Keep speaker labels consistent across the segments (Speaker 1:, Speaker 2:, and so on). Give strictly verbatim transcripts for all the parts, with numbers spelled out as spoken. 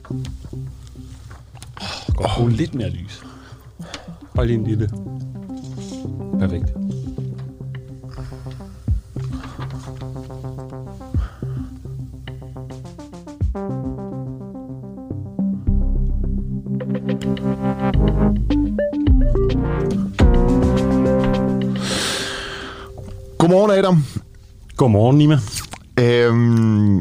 Speaker 1: Godt bruge lidt mere lys. Hold lige en lille. Perfekt.
Speaker 2: Godmorgen, Adam.
Speaker 1: Godmorgen, Nima.
Speaker 2: Øhm,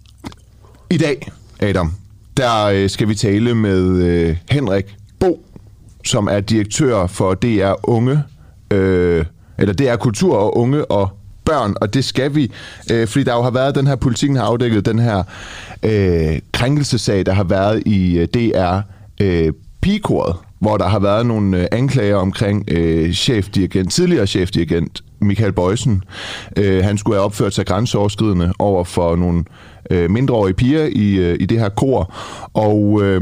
Speaker 2: I dag, Adam, der skal vi tale med øh, Henrik Bo, som er direktør for D R Unge, øh, eller D R Kultur og Unge og Børn, og det skal vi, øh, fordi der jo har været den her, Politikken har afdækket den her øh, krænkelsesag, der har været i øh, D R øh, Pigekoret, hvor der har været nogle øh, anklager omkring øh, chefdirigent, tidligere chefdirigent Michael Boysen. Øh, han skulle have opført sig grænseoverskridende over for nogle øh, mindreårige piger i, øh, i det her kor, og øh,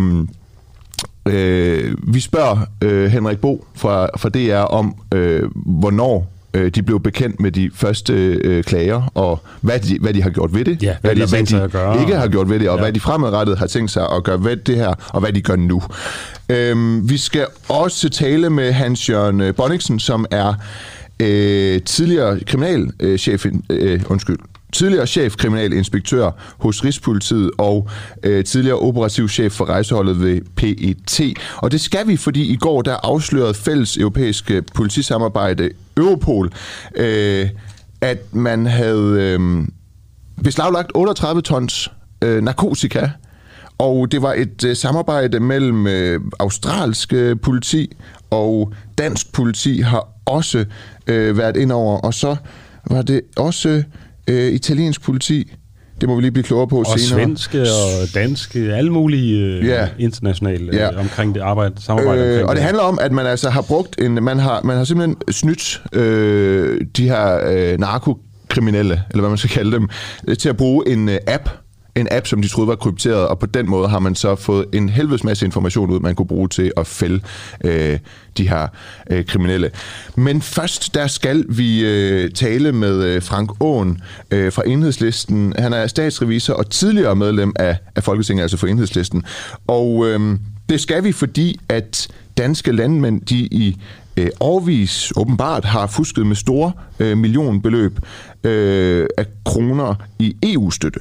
Speaker 2: øh, vi spørger øh, Henrik Bo fra, fra D R om, øh, hvornår øh, de blev bekendt med de første øh, klager, og hvad de, hvad de har gjort ved det,
Speaker 1: ja, hvad,
Speaker 2: eller,
Speaker 1: de,
Speaker 2: hvad de
Speaker 1: at gøre.
Speaker 2: ikke har gjort ved det, og
Speaker 1: ja.
Speaker 2: hvad de fremadrettet har tænkt sig at gøre ved det her, og hvad de gør nu. Øh, vi skal også tale med Hans Jørgen Bonniksen, som er øh, tidligere kriminalchef, øh, undskyld, tidligere chef kriminalinspektør hos Rigspolitiet og øh, tidligere operativ chef for rejseholdet ved P E T. Og det skal vi, fordi i går der afslørede fælles europæiske politisamarbejde Europol, øh, at man havde øh, beslaglagt otteogtredive tons øh, narkotika, og det var et øh, samarbejde mellem øh, australsk øh, politi og dansk politi har også øh, været ind over, og så var det også øh, italiensk politi. Det må vi lige blive klogere på
Speaker 1: og
Speaker 2: senere.
Speaker 1: Og svenske og danske, alle mulige øh, yeah. internationale
Speaker 2: yeah.
Speaker 1: øh, omkring det arbejde, samarbejde.
Speaker 2: Øh,
Speaker 1: omkring
Speaker 2: og det
Speaker 1: det
Speaker 2: handler om, at man altså har brugt en, man har, man har simpelthen snydt øh, de her øh, narkokriminelle, eller hvad man skal kalde dem, øh, til at bruge en øh, app, en app, som de troede var krypteret, og på den måde har man så fået en helvedes masse information ud, man kunne bruge til at fælde øh, de her øh, kriminelle. Men først, der skal vi øh, tale med øh, Frank Aaen øh, fra Enhedslisten. Han er statsrevisor og tidligere medlem af, af Folketinget, altså for Enhedslisten. Og øh, det skal vi, fordi at danske landmænd, de i øh, årevis åbenbart har fusket med store øh, millionbeløb øh, af kroner i E U-støtte.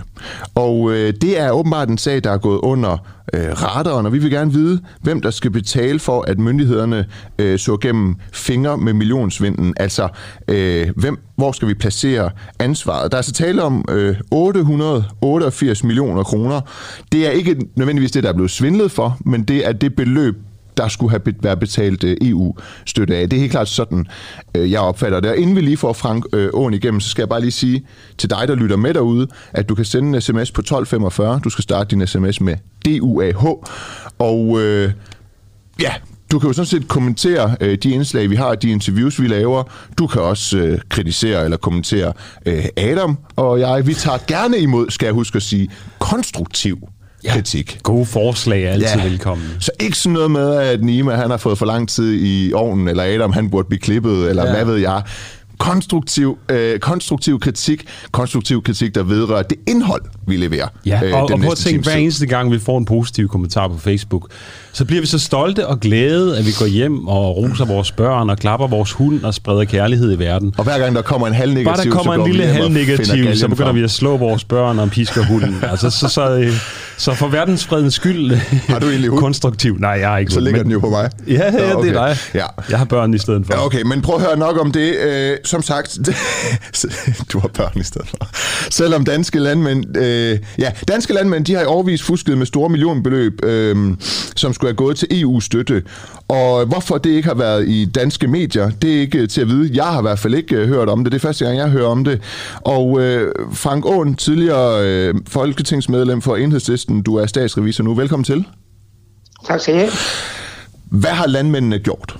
Speaker 2: Og øh, det er åbenbart en sag, der er gået under øh, radaren, og vi vil gerne vide, hvem der skal betale for, at myndighederne øh, så gennem fingre med millionsvinden. Altså, øh, hvem, hvor skal vi placere ansvaret? Der er altså tale om øh, otte hundrede og otteogfirs millioner kroner. Det er ikke nødvendigvis det, der er blevet svindlet for, men det er det beløb, der skulle have været betalt E U-støtte af. Det er helt klart sådan, jeg opfatter det. Og inden vi lige får Frank Aaen igennem, så skal jeg bare lige sige til dig, der lytter med derude, at du kan sende en sms på tolv femogfyrre. Du skal starte din sms med D U A H. Og øh, ja, du kan jo sådan set kommentere øh, de indslag, vi har, de interviews, vi laver. Du kan også øh, kritisere eller kommentere øh, Adam og jeg. Vi tager gerne imod, skal jeg huske at sige, konstruktiv
Speaker 1: ja,
Speaker 2: kritik.
Speaker 1: Gode forslag er altid
Speaker 2: ja. velkommen. Så ikke sådan noget med, at Nima han har fået for lang tid i ovnen, eller Adam han burde blive klippet, eller ja. hvad ved jeg. Konstruktiv, øh, konstruktiv kritik, konstruktiv kritik, der vedrører det indhold, vi leverer.
Speaker 1: Ja,
Speaker 2: øh,
Speaker 1: og, og prøv at tænke, hver eneste gang, vi får en positiv kommentar på Facebook, så bliver vi så stolte og glade, at vi går hjem og roser vores børn og klapper vores hund og spreder kærlighed i verden.
Speaker 2: Og hver gang der kommer en halvnegativ,
Speaker 1: bare der kommer
Speaker 2: så
Speaker 1: en lille halvnegativ, så begynder
Speaker 2: frem.
Speaker 1: vi at slå vores børn og pisker hunden. altså, så, så, så for verdensfredens skyld,
Speaker 2: har du egentlig hund?
Speaker 1: Konstruktiv. Nej, jeg har ikke
Speaker 2: så
Speaker 1: hund.
Speaker 2: ligger
Speaker 1: men...
Speaker 2: den jo på mig.
Speaker 1: Ja, ja,
Speaker 2: okay.
Speaker 1: det er dig.
Speaker 2: Ja.
Speaker 1: Jeg har børn i stedet for.
Speaker 2: Ja, okay, men prøv at høre nok om det. Øh, som sagt, du har børn i stedet for. Selvom danske landmænd, øh, ja, danske landmænd, de har i årevis fusket med store millionbeløb, øh, som skulle have gået til E U-støtte. Og hvorfor det ikke har været i danske medier, det er ikke til at vide. Jeg har i hvert fald ikke hørt om det. Det er første gang, jeg hører om det. Og øh, Frank Aaen, tidligere øh, folketingsmedlem for Enhedslisten, du er statsrevisor nu. Velkommen til.
Speaker 3: Tak skal I have.
Speaker 2: Hvad har landmændene gjort?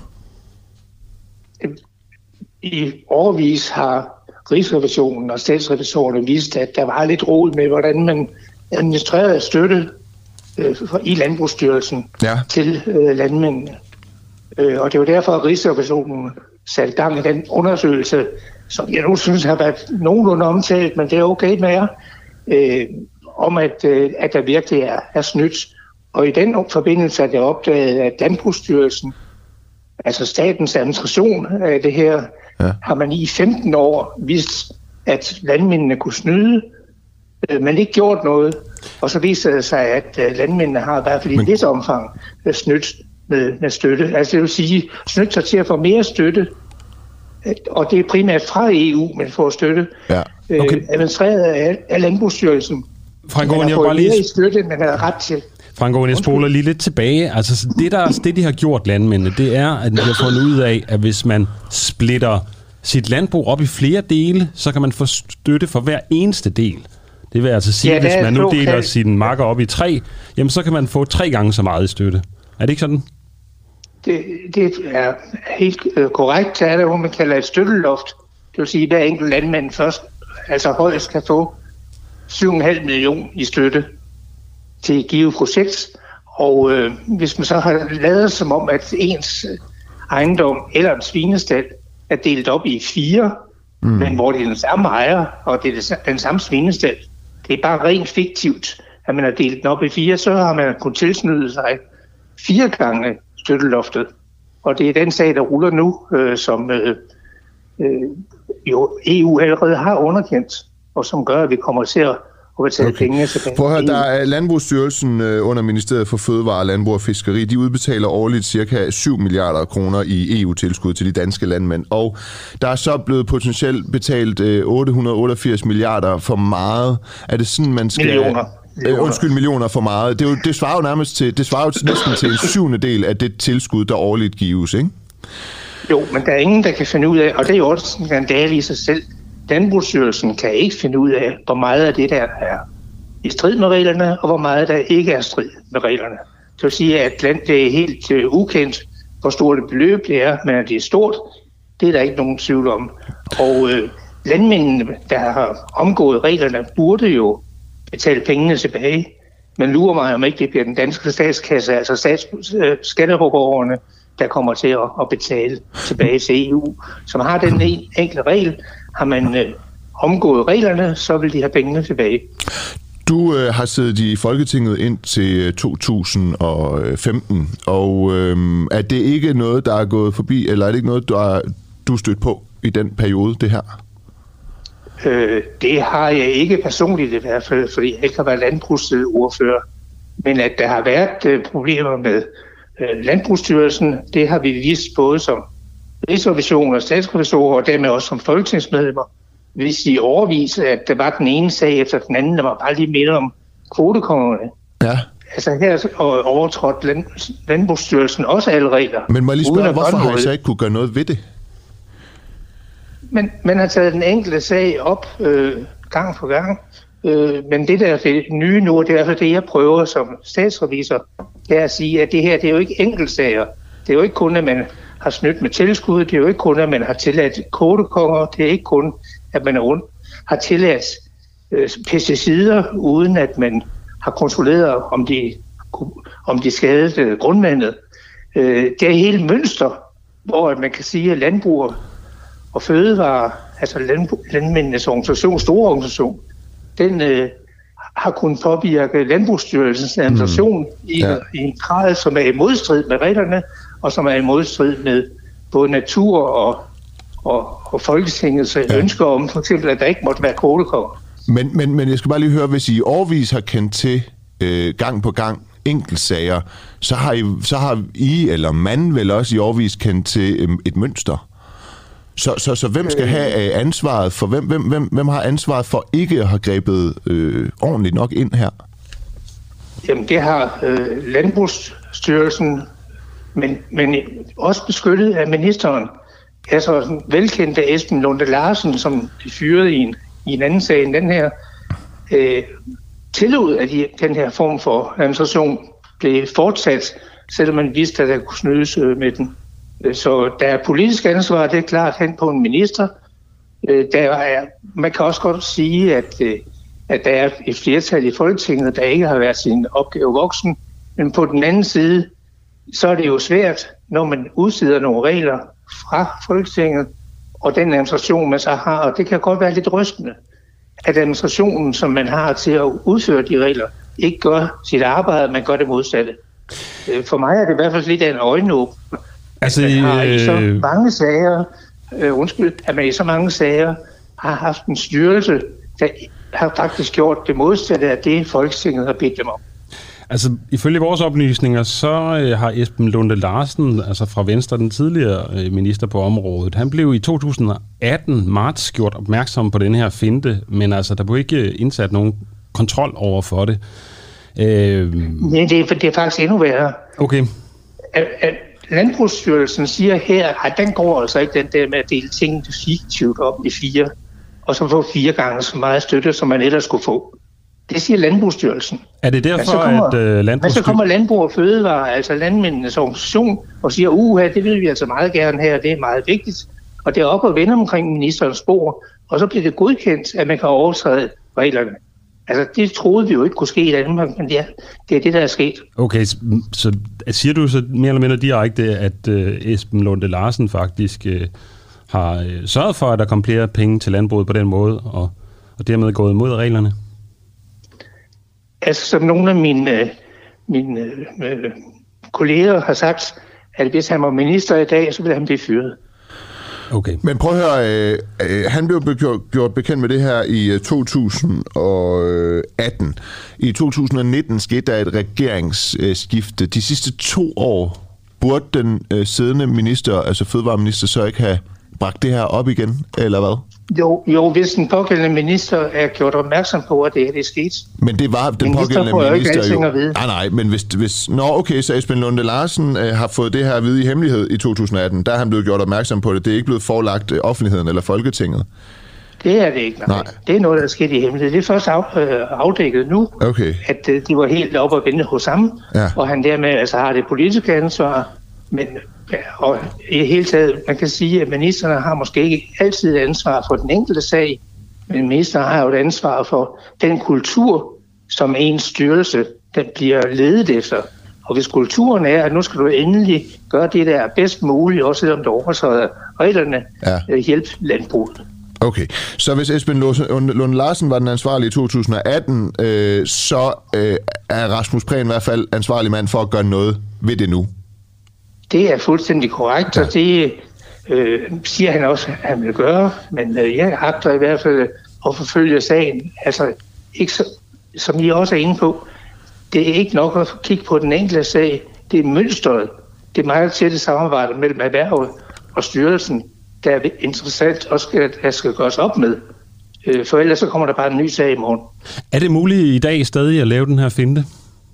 Speaker 3: I årevis har Rigsrevisionen og statsrevisorerne vist, at der var lidt rod med, hvordan man administrerede støtte øh, i Landbrugsstyrelsen ja. til øh, landmændene. Øh, og det var derfor, at Rigsrevisionen satte gang i den undersøgelse, som jeg nu synes har været nogenlunde omtalt, men det er okay med jer, øh, om at, øh, at der virkelig er, er snydt. Og i den forbindelse er det opdaget, at Landbrugsstyrelsen, altså statens administration af det her, ja. har man i femten år vist, at landmændene kunne snyde, men ikke gjort noget. Og så viser det sig, at landmændene har i hvert fald i men... lidt omfang snydt med, med støtte. Altså det vil sige, snydt sig til at få mere støtte, og det er primært fra E U, man får støtte,
Speaker 2: ja.
Speaker 3: okay. øh, administreret af, af Landbrugsstyrelsen.
Speaker 1: Frank Aaen, jeg bare lige...
Speaker 3: støtte, man har ret til.
Speaker 1: Frank Aaen, jeg spoler lige lidt tilbage. Altså, det, der, det, de har gjort, landmændene, det er, at de har fundet ud af, at hvis man splitter sit landbrug op i flere dele, så kan man få støtte for hver eneste del. Det vil altså sige, ja, hvis man nu deler kan... sine marker op i tre, jamen så kan man få tre gange så meget i støtte. Er det ikke sådan?
Speaker 3: Det, det er helt øh, korrekt. Der er det, hvor man kalder et støtteloft. Det vil sige, at hver enkelt landmand først, altså højst kan få syv komma fem millioner i støtte til et givet projekt. Og øh, hvis man så har lavet som om, at ens ejendom eller en svinestald er delt op i fire, mm. men hvor det er den samme ejer, og det er den samme svinestald. Det er bare rent fiktivt, at man har delt den op i fire, så har man kunnet tilsnyde sig fire gange støtteloftet. Og det er den sag, der ruller nu, øh, som øh, øh, jo E U allerede har underkendt, og som gør, at vi kommer til at betale okay. pengene tilbage.
Speaker 2: Prøv at høre, der er Landbrugsstyrelsen øh, under Ministeriet for Fødevare, Landbrug og Fiskeri. De udbetaler årligt cirka syv milliarder kroner i E U-tilskud til de danske landmænd. Og der er så blevet potentielt betalt øh, otte hundrede otteogfirs milliarder for meget. Er det sådan, man skal...
Speaker 3: Millioner.
Speaker 2: Øh, undskyld, millioner for meget. Det, er jo, det svarer jo nærmest til, det svarer jo næsten til en syvende del af det tilskud, der årligt gives, ikke?
Speaker 3: Jo, men der er ingen, der kan finde ud af, og det er jo også en skandale i sig selv. Landbrugsstyrelsen kan ikke finde ud af, hvor meget af det der er i strid med reglerne, og hvor meget der ikke er i strid med reglerne. Det vil sige, at det er helt uh, ukendt, hvor stort et beløb det er, men at det er stort, det er der ikke nogen tvivl om. Og uh, landmændene, der har omgået reglerne, burde jo betale pengene tilbage. Men lurer mig, om ikke det bliver den danske statskasse, altså stats, uh, skatteborgerne, der kommer til at, at betale tilbage til E U, som har den enkle regel. Har man øh, omgået reglerne, så vil de have pengene tilbage.
Speaker 2: Du øh, har siddet i Folketinget indtil to tusind og femten, og øh, er det ikke noget, der er gået forbi, eller er det ikke noget, du har du stødt på i den periode, det her?
Speaker 3: Øh, det har jeg ikke personligt i hvert fald, fordi jeg ikke har været landbrugsordfører. Men at der har været øh, problemer med øh, Landbrugsstyrelsen, det har vi vist både som Rigsrevision og statsrevisorer, og dermed også som folketingsmedlemmer, hvis i overvis, at der var den ene sag efter den anden, der var bare lige midt om kvotekongerne.
Speaker 2: Ja.
Speaker 3: Altså her overtrådte land, Landbrugsstyrelsen også alle regler.
Speaker 2: Men må jeg lige spørge, hvorfor har I så ikke kunne gøre noget ved det?
Speaker 3: Men man har taget den enkelte sag op øh, gang for gang, øh, men det der er det nye nu, og det er altså det, jeg prøver som statsrevisor, det er at sige, at det her, det er jo ikke enkeltsager. Det er jo ikke kun, at man har snydt med tilskud, det er jo ikke kun, at man har tilladt kvotekonger, det er ikke kun, at man rundt har tilladt øh, pesticider, uden at man har kontrolleret, om de, om de skadede grundvandet. Øh, det er hele mønster, hvor man kan sige, at landbrug og fødevare, altså landbrug, landmændenes organisation, store organisation, den øh, har kunnet påvirke Landbrugsstyrelsens administration mm. i, ja. i en grad, som er i modstrid med reglerne, og som er i modstrid med både natur og, og, og Folketingets ja. ønsker om, for eksempel, at der ikke måtte være kvotekonger.
Speaker 2: Men, men, men jeg skal bare lige høre, hvis I årvis har kendt til øh, gang på gang enkeltsager, så har, I, så har I, eller man vel også i årvis kendt til øh, et mønster. Så, så, så hvem skal have ansvaret for, hvem, hvem, hvem, hvem har ansvaret for ikke at have grebet øh, ordentligt nok ind her?
Speaker 3: Jamen det har øh, Landbrugsstyrelsen, men, men også beskyttet af ministeren. Altså den velkendte Esben Lunde Larsen, som de fyrede i en, i en anden sag end den her, øh, tillod, at de, den her form for administration blev fortsat, selvom man vidste, at der kunne snydes øh, med den. Så der er politisk ansvar, det er klart hen på en minister. Der er, man kan også godt sige, at, at der er et flertal i Folketinget, der ikke har været sin opgave voksen. Men på den anden side, så er det jo svært, når man udsteder nogle regler fra Folketinget, og den administration, man så har, og det kan godt være lidt rystende, at administrationen, som man har til at udføre de regler, ikke gør sit arbejde, man gør det modsatte. For mig er det i hvert fald lidt af en øjenåbner.
Speaker 1: Altså,
Speaker 3: at man har i så mange sager, øh, undskyld, at man i så mange sager har haft en styrelse, der har faktisk gjort det modsatte af det, Folketinget har bedt dem om.
Speaker 1: Altså, ifølge vores oplysninger, så øh, har Esben Lunde Larsen, altså fra Venstre, den tidligere øh, minister på området, han blev i to tusind og atten marts gjort opmærksom på den her finte, men altså, der blev ikke indsat nogen kontrol over for det. Øh...
Speaker 3: Nej, det er, det er faktisk endnu værre.
Speaker 1: Okay.
Speaker 3: At, at Landbrugsstyrelsen siger her, at den går altså ikke den der med at dele tingene fiktivt op i fire, og så få fire gange så meget støtte, som man ellers skulle få. Det siger Landbrugsstyrelsen.
Speaker 1: Er det derfor, kommer, at uh, Landbrugsstyrelsen... Men
Speaker 3: så kommer Landbrug og Fødevare, altså landmændenes organisation, og siger, uha, det vil vi altså meget gerne her, det er meget vigtigt. Og det er op og vende omkring ministerens spor, og så bliver det godkendt, at man kan overtræde reglerne. Altså, det troede vi jo ikke kunne ske i Danmark, men det er det, er det der er sket.
Speaker 1: Okay, så siger du så mere eller mindre direkte, at uh, Esben Lunde Larsen faktisk uh, har uh, sørget for, at der kom flere penge til landbruget på den måde, og, og dermed gået imod reglerne?
Speaker 3: Altså, som nogle af mine, mine øh, kolleger har sagt, at hvis han var minister i dag, så ville han blive fyret.
Speaker 2: Okay. Men prøv at høre, øh, øh, han blev gjort, gjort bekendt med det her i øh, to tusind og atten. I to tusind og nitten skete der et regeringsskifte. De sidste to år burde den øh, siddende minister, altså fødevareminister, så ikke have bragt det her op igen, eller hvad?
Speaker 3: Jo, jo, hvis den pågældende minister er gjort opmærksom på, at det her det er sket.
Speaker 2: Men det var den
Speaker 3: minister
Speaker 2: pågældende minister jo...
Speaker 3: Nej,
Speaker 2: nej, men hvis... hvis nå, okay, så Esben Lunde Larsen øh, har fået det her at vide i hemmelighed i to tusind og atten. Der er han blevet gjort opmærksom på det. Det er ikke blevet forelagt øh, offentligheden eller Folketinget.
Speaker 3: Det er det ikke, nej. nej. Det er noget, der er sket i hemmelighed. Det er først af, øh, afdækket nu,
Speaker 2: okay.
Speaker 3: at øh, de var helt oppe og vende hos ham, ja. Og han dermed altså har det politiske ansvar, men... Og i hele taget, man kan sige, at ministerne har måske ikke altid ansvar for den enkelte sag, men ministeren har jo et ansvar for den kultur, som ens styrelse den bliver ledet efter. Og hvis kulturen er, at nu skal du endelig gøre det, der er bedst muligt, også selvom du overtræder reglerne, ja. Hjælp landbruget.
Speaker 2: Okay, så hvis Esben Lunde Larsen var den ansvarlige i to tusind og atten, øh, så øh, er Rasmus Prehn i hvert fald ansvarlig mand for at gøre noget ved det nu.
Speaker 3: Det er fuldstændig korrekt, og det øh, siger han også, at han vil gøre, men øh, jeg agter i hvert fald at forfølge sagen. Altså, ikke så, som I også er inde på, det er ikke nok at kigge på den enkelte sag, det er mønstret. Det er meget tætte samarbejde mellem erhvervet og styrelsen, der er interessant og skal, der skal gøres op med. Øh, for ellers så kommer der bare en ny sag i morgen.
Speaker 1: Er det muligt i dag stadig at lave den her finte?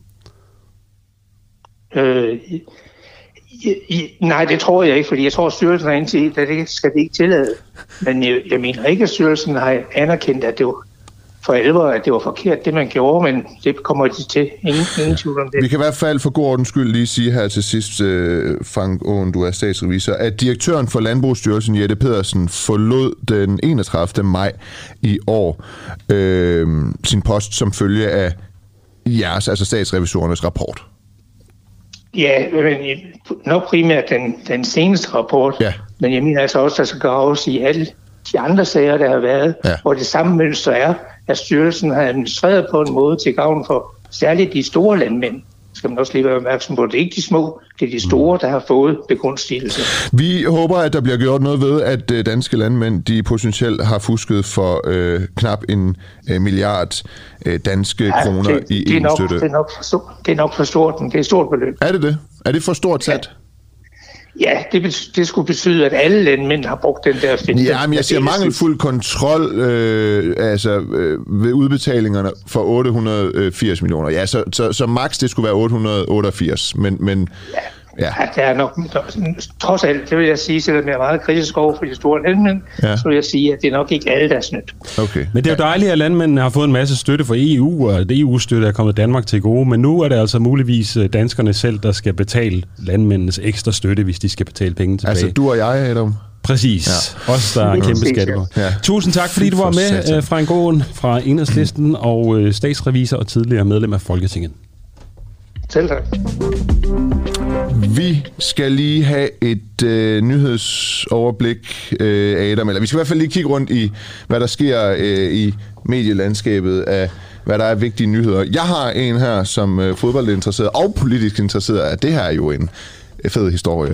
Speaker 3: Øh... I, I, nej, det tror jeg ikke, fordi jeg tror, at styrelsen har indset, at det skal det ikke tillade. Men jeg, jeg mener ikke, at styrelsen har anerkendt, at det var for alvor, at det var forkert, det man gjorde, men det kommer de til. Ingen, ingen tvivl om det.
Speaker 2: Vi kan i hvert fald for god ordens skyld lige sige her til sidst, Frank Aaen, du er statsrevisor, at direktøren for Landbrugsstyrelsen, Jette Pedersen, forlod den enogtredivte maj i år øh, sin post som følge af jeres, altså statsrevisorernes rapport.
Speaker 3: Ja, men nok primært den, den seneste rapport, ja. Men jeg mener altså også, at der skal graves i alle de andre sager, der har været, ja. Hvor det samme mønster er, at styrelsen har administreret på en måde til gavn for særligt de store landmænd. Skal man også lige være opmærksom på, det er ikke de små, det er de store, der har fået begunstigelse.
Speaker 2: Vi håber, at der bliver gjort noget ved, at danske landmænd, de potentielt har fusket for øh, knap en øh, milliard øh, danske ja, kroner det, i
Speaker 3: det
Speaker 2: EU-støtte.
Speaker 3: Det er nok for stort, det er nok for stort, men det er et stort beløb.
Speaker 2: Er det det? Er det for stort sat?
Speaker 3: Ja. Ja, det, det skulle betyde, at alle landmænd har brugt den der finte.
Speaker 2: Ja, men jeg siger mangelfuld kontrol øh, altså, øh, ved udbetalingerne for otte hundrede og firs millioner. Ja, så, så, så max det skulle være otte hundrede og otteogfirs, men... men
Speaker 3: ja. Ja. Ja, der er nok, trods alt, det vil jeg sige, selvom jeg er meget kritisk over for de store landmænd, ja. Så vil jeg sige, at det er nok ikke alle, der er snydt.
Speaker 2: Okay.
Speaker 1: Men det er jo dejligt, at landmændene har fået en masse støtte fra E U, og det E U-støtte er kommet Danmark til gode, men nu er det altså muligvis danskerne selv, der skal betale landmændenes ekstra støtte, hvis de skal betale penge tilbage.
Speaker 2: Altså du og jeg, Adam?
Speaker 1: Præcis. Ja. Også der er kæmpe skatter. Ja. Tusind tak, fordi du var med, Frank Aaen fra Enhedslisten og statsrevisor og tidligere medlem af Folketinget.
Speaker 3: Selv tak.
Speaker 2: Vi skal lige have et øh, nyhedsoverblik, øh, Adam, eller vi skal i hvert fald lige kigge rundt i, hvad der sker øh, i medielandskabet af hvad der er vigtige nyheder. Jeg har en her, som øh, fodboldinteresseret og politisk interesseret, at det her er jo en øh, fed historie.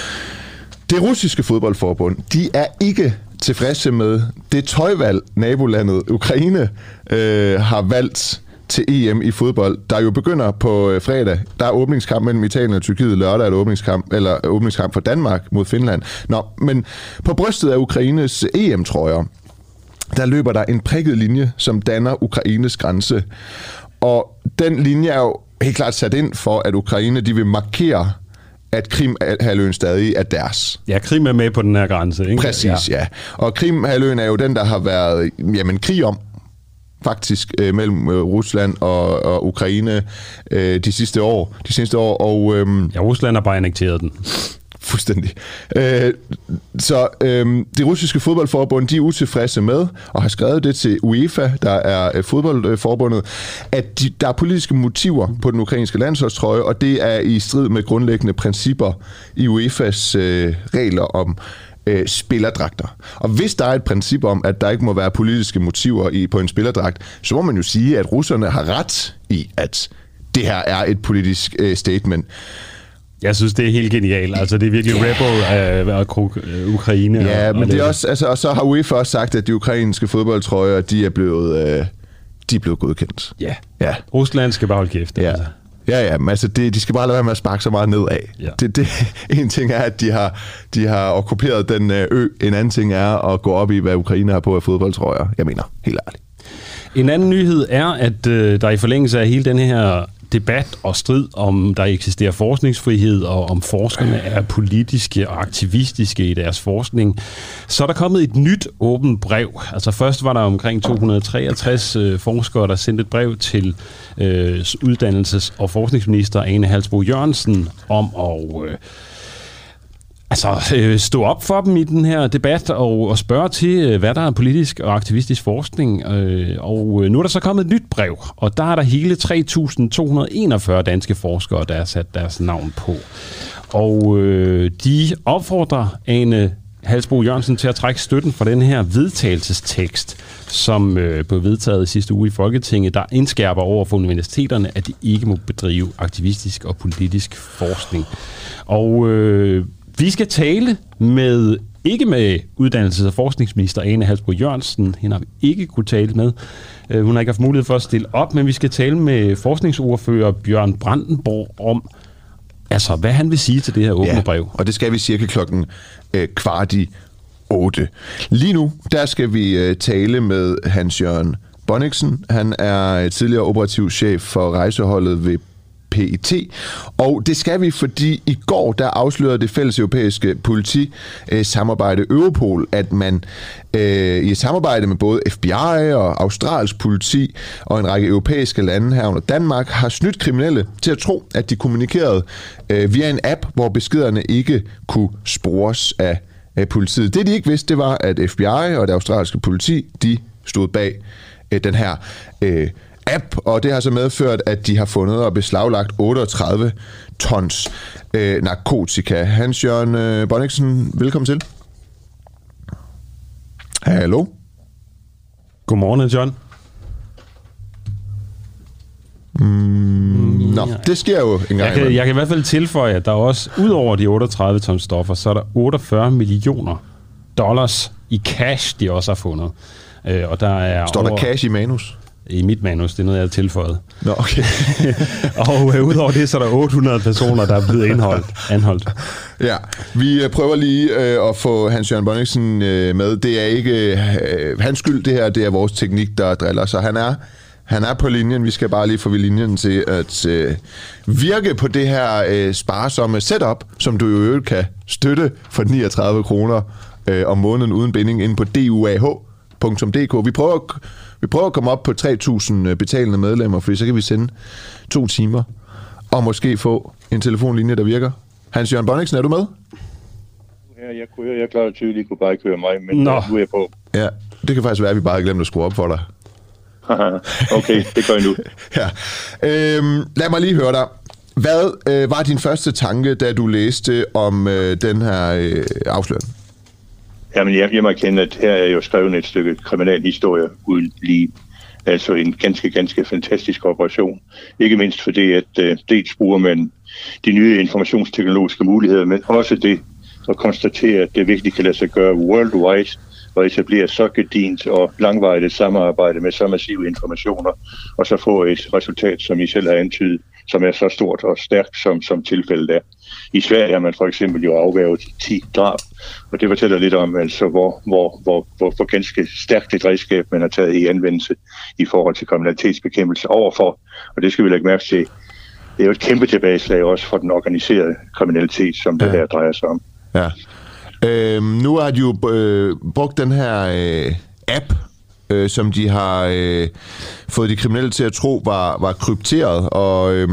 Speaker 2: Det russiske fodboldforbund, de er ikke tilfredse med det tøjvalg, nabolandet Ukraine øh, har valgt til E M i fodbold, der jo begynder på øh, fredag. Der er åbningskamp mellem Italien og Tyrkiet. Lørdag er der åbningskamp, eller åbningskamp for Danmark mod Finland. Nå, men på brystet af Ukraines E M-trøjer, der løber der en prikket linje, som danner Ukraines grænse. Og den linje er jo helt klart sat ind for, at Ukraine de vil markere, at Krim-halvøen stadig er deres.
Speaker 1: Ja, Krim er med på den her grænse, ikke?
Speaker 2: Præcis, ja. ja. Og Krim-halvøen er jo den, der har været jamen, krig om, faktisk, øh, mellem øh, Rusland og, og Ukraine øh, de sidste år. De sidste år og, øhm,
Speaker 1: ja, Rusland har bare annekteret den.
Speaker 2: Fuldstændig. Øh, så øh, det russiske fodboldforbund, de er utilfredse med, og har skrevet det til UEFA, der er øh, fodboldforbundet, at de, der er politiske motiver på den ukrainske landsholdstrøje, og det er i strid med grundlæggende principper i UEFA's øh, regler om øh, spillerdragter. Og hvis der er et princip om, at der ikke må være politiske motiver i, på en spillerdragt, så må man jo sige, at russerne har ret i, at det her er et politisk øh, statement.
Speaker 1: Jeg synes, det er helt genialt. Altså, det er virkelig yeah. rebel af, af Ukraine.
Speaker 2: Ja,
Speaker 1: og,
Speaker 2: men
Speaker 1: og
Speaker 2: det er også, altså, og så har UEFA også sagt, at de ukrainske fodboldtrøjer, de er blevet, øh, de er blevet godkendt.
Speaker 1: Ja.
Speaker 2: ja.
Speaker 1: Rusland skal bare holde kæft.
Speaker 2: Ja.
Speaker 1: Altså.
Speaker 2: Ja, ja, men altså, det, de skal bare lade være med at sparke så meget nedad.
Speaker 1: Ja.
Speaker 2: Det, det, en ting er, at de har, de har okkuperet den ø. En anden ting er at gå op i, hvad Ukraine har på af fodboldtrøjer. Jeg mener, helt ærligt.
Speaker 1: En anden nyhed er, at øh, der i forlængelse af hele den her debat og strid om, der eksisterer forskningsfrihed, og om forskerne er politiske og aktivistiske i deres forskning, så er der kommet et nyt åbent brev. Altså først var der omkring to hundrede og treogtres øh, forskere, der sendte et brev til øh, uddannelses- og forskningsminister Ane Halsboe Jørgensen om at øh, Altså, øh, stå op for dem i den her debat og, og spørge til, hvad der er politisk og aktivistisk forskning. Øh, og nu er der så kommet et nyt brev, og der er der hele tre tusind to hundrede og enogfyrre danske forskere, der har sat deres navn på. Og øh, de opfordrer Ane Halsboe Jørgensen til at trække støtten for den her vedtagelsestekst, som øh, blev vedtaget i sidste uge i Folketinget, der indskærper over for universiteterne, at de ikke må bedrive aktivistisk og politisk forskning. Og øh, vi skal tale med, ikke med uddannelses- og forskningsminister Ane Halsboe Jørgensen, hende har vi ikke kunne tale med. Hun har ikke haft mulighed for at stille op, men vi skal tale med forskningsordfører Bjørn Brandenborg om, altså, hvad han vil sige til det her åbne ja, brev.
Speaker 2: Og det skal vi cirka klokken øh, kvart i otte. Lige nu, der skal vi øh, tale med Hans-Jørgen Bonniksen. Han er tidligere operativ chef for rejseholdet ved P E T, og det skal vi, fordi i går der afslørede det fælles europæiske politi-samarbejde Europol, at man øh, i et samarbejde med både F B I og australsk politi og en række europæiske lande herunder Danmark har snydt kriminelle til at tro, at de kommunikerede øh, via en app, hvor beskederne ikke kunne spores af, af politiet. Det de ikke vidste, det var, at F B I og det australske politi, de stod bag øh, den her øh, app, og det har så medført, at de har fundet og beslaglagt otteogtredive tons øh, narkotika. Hans-Jørgen øh, Bonniksen, velkommen til. Hallo?
Speaker 1: Godmorgen, John.
Speaker 2: Mm, nå, det sker jo en gang.
Speaker 1: Jeg kan, jeg kan i hvert fald tilføje, at der også, ud over de otteogtredive tons stoffer, så er der otteogfyrre millioner dollars i cash, de også har fundet. Øh, og der er
Speaker 2: Står
Speaker 1: over...
Speaker 2: der cash i manus?
Speaker 1: I mit manus, det er noget, jeg har tilføjet.
Speaker 2: Nå, okay.
Speaker 1: og øh, udover det, så er der otte hundrede personer, der er blevet indholdt, anholdt.
Speaker 2: Ja, vi prøver lige øh, at få Hans-Jørgen Bonniksen øh, med. Det er ikke øh, hans skyld, det her, det er vores teknik, der driller. Så han er, han er på linjen. Vi skal bare lige få linjen til at øh, virke på det her øh, sparsomme setup, som du jo øvrigt kan støtte for niogtredive kroner øh, om måneden uden binding inde på d u a h punktum d k. Vi prøver Vi prøver at komme op på tre tusind betalende medlemmer, for så kan vi sende to timer og måske få en telefonlinje, der virker. Hans-Jørgen Bonniksen, er du med?
Speaker 4: Ja, jeg kunne høre, jeg er klar og tydelig, I kunne bare ikke høre mig, men Nå. nu er jeg på.
Speaker 2: Ja, det kan faktisk være, at vi bare har glemt at skrue op for dig.
Speaker 4: Okay, det gør jeg nu.
Speaker 2: ja. øhm, lad mig lige høre dig. Hvad øh, var din første tanke, da du læste om øh, den her øh, afsløring?
Speaker 4: Jamen, jeg, jeg må erkende, at her er jo skrevet et stykke kriminalhistorie uden lige. Altså en ganske, ganske fantastisk operation. Ikke mindst fordi, at øh, dels bruger man de nye informationsteknologiske muligheder, men også det at konstatere, at det virkelig kan lade sig gøre worldwide og etablere så gedint og langvarigt samarbejde med så massive informationer, og så få et resultat, som I selv har antydet, som er så stort og stærkt, som, som tilfældet er. I Sverige har man for eksempel jo afværget ti drab, og det fortæller lidt om, altså, hvor, hvor, hvor, hvor, hvor ganske stærkt et redskab, man har taget i anvendelse i forhold til kriminalitetsbekæmpelse overfor, og det skal vi lægge mærke til. Det er jo et kæmpe tilbageslag også for den organiserede kriminalitet, som det ja. her drejer sig om.
Speaker 2: Ja. Øhm, nu har de jo øh, brugt den her øh, app, øh, som de har øh, fået de kriminelle til at tro var, var krypteret, og, øh,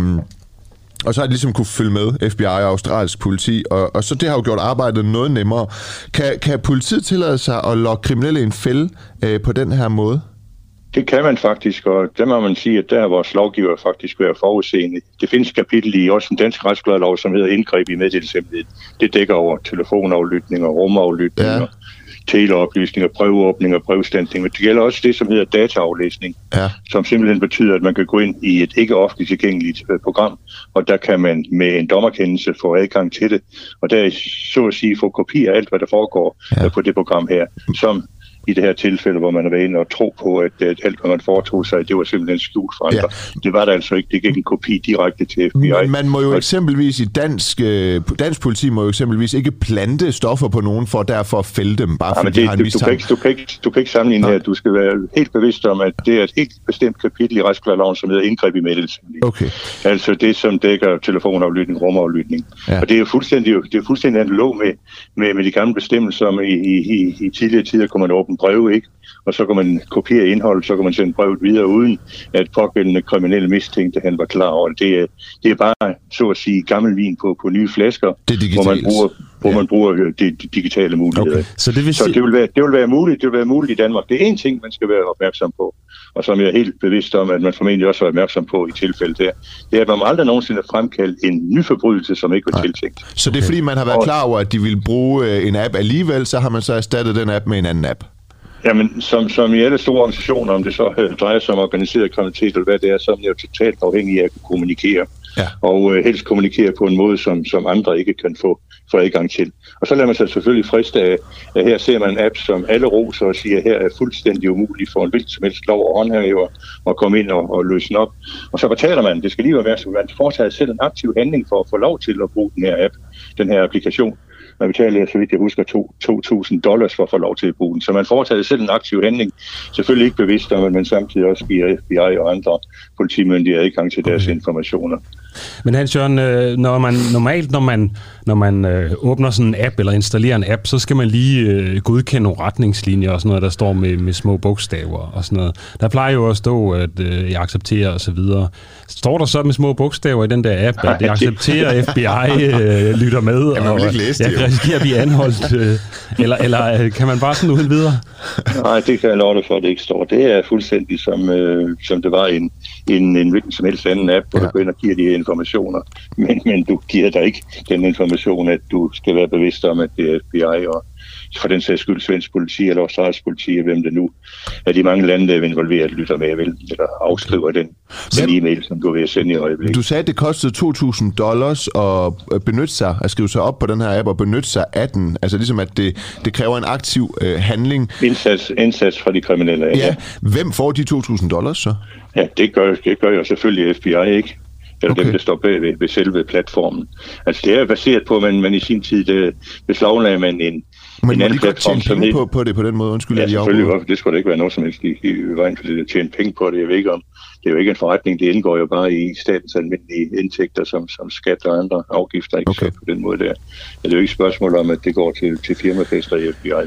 Speaker 2: og så har de ligesom kunne følge med, F B I og australsk politi, og, og så det har jo gjort arbejdet noget nemmere. Kan, kan politiet tillade sig at lokke kriminelle i en fælde øh, på den her måde?
Speaker 4: Det kan man faktisk, og der må man sige, at der har vores lovgiver faktisk været forudseende. Det findes et kapitel i også den danske retsskrivelov, som hedder indgreb i meddelelseshemmelighed. Det dækker over telefonaflytninger, rumaflytninger, ja. teleoplysninger, brevåbninger, brevstandning. Men det gælder også det, som hedder dataaflæsning, ja. som simpelthen betyder, at man kan gå ind i et ikke offentligt tilgængeligt program, og der kan man med en dommerkendelse få adgang til det, og der så at sige få kopi af alt, hvad der foregår ja. på det program her, som i det her tilfælde, hvor man er været inde og tro på, at, at alt, hvad man foretog sig, det var simpelthen skjult for andre. Ja. Det var der altså ikke. Det gik en kopi direkte til F B I.
Speaker 2: Men man må jo eksempelvis i dansk, dansk politi må jo eksempelvis ikke plante stoffer på nogen for derfor at fælde dem, bare ja, fordi
Speaker 4: det,
Speaker 2: de har en
Speaker 4: du, du, kan ikke, du, kan ikke, du kan ikke sammenligne her. Du skal være helt bevidst om, at det er et helt bestemt kapitel i retsskrivelloven, som hedder indgreb i meddelelseshemmelighed.
Speaker 2: Okay.
Speaker 4: Altså det, som dækker telefonaflytning, rumaflytning. Ja. Og det er jo fuldstændig, det er fuldstændig analog med, med, med de gamle bestemmelser, som i, i, i, i tidligere tider kunne man åbne breve, ikke? Og så kan man kopiere indhold, så kan man sende brevet videre, uden at pågældende kriminelle mistænkte, han var klar over. Det er, det er bare, så at sige, gammel vin på, på nye flasker, hvor man bruger, hvor ja. man bruger de, de digitale muligheder. Okay.
Speaker 1: Så, det vil,
Speaker 4: så det, vil være, det vil være muligt, det vil være muligt i Danmark. Det er en ting, man skal være opmærksom på, og som jeg er helt bevidst om, at man formentlig også er opmærksom på i tilfældet der, det er, at man aldrig nogensinde fremkaldt en ny forbrydelse, som ikke var tiltænkt.
Speaker 2: Så det er fordi, man har været klar over, at de ville bruge en app alligevel, så har man så erstattet den app med en anden app?
Speaker 4: Jamen, som, som i alle store organisationer, om det så øh, drejer sig om organiseret kriminalitet eller hvad det er, så er man jo totalt afhængig af at kunne kommunikere. Ja. Og øh, helst kommunikere på en måde, som, som andre ikke kan få, få adgang til. Og så lader man sig selvfølgelig friste af, at her ser man en app, som alle roser og siger, her er fuldstændig umuligt for en hvilken som helst lov og håndhæver at komme ind og, og løse den op. Og så betaler man, det skal lige være, at man foretager selv en aktiv handling for at få lov til at bruge den her app, den her applikation. Man betaler, så vidt jeg husker, to tusind dollars for at få lov til at bruge den. Så man foretager selv en aktiv handling. Selvfølgelig ikke bevidst om, at man samtidig også giver F B I og andre politimyndigheder adgang til deres okay. informationer.
Speaker 1: Men Hans Jørgen, når man normalt, når man, når man øh, åbner sådan en app eller installerer en app, så skal man lige øh, godkende nogle retningslinjer og sådan noget, der står med, med små bogstaver og sådan noget. Der plejer jo at stå, at øh, jeg accepterer og så videre. Står der så med små bogstaver i den der app, at jeg accepterer, F B I øh, lytter med, og jeg kan risikere at blive anholdt? Øh, eller, eller kan man bare sådan uden videre?
Speaker 4: Nej, det kan jeg love dig for, at det ikke står. Det er fuldstændig som, øh, som det var en, en, en hvilken som helst anden app, hvor ja. du går ind og giver de informationer. Men, men du giver dig ikke den information, at du skal være bevidst om, at det er F B I og for den sags skyld svensk politi eller australsk politi, hvem det nu er de mange lande, der er involveret, lytter med, vel, eller afskriver den, den e-mail, som du vil sende i øjeblikket.
Speaker 2: Du sagde, at det kostede to tusind dollars at benytte sig, at skrive sig op på den her app og benytte sig af den. Altså ligesom, at det, det kræver en aktiv øh, handling.
Speaker 4: Indsats, indsats fra de kriminelle.
Speaker 2: Ja. ja. Hvem får de to tusind dollars så?
Speaker 4: Ja, det gør, det gør jo selvfølgelig F B I, ikke? Eller okay. dem, der står bag ved, ved selve platformen. Altså det er baseret på, at man, man i sin tid beslaglagde man en
Speaker 2: Men en anden platform, som penge på, på det på den måde? Undskyld,
Speaker 4: ja, selvfølgelig. Hvorfor? Det skulle da ikke være noget som helst i, i vejen for det at tjene penge på det. Jeg ved ikke om. Det er jo ikke en forretning. Det indgår jo bare i statens almindelige indtægter som, som skat og andre afgifter. Ikke okay. Så på den måde der. Det er jo ikke et spørgsmål om, at det går til, til firmafester i F B I.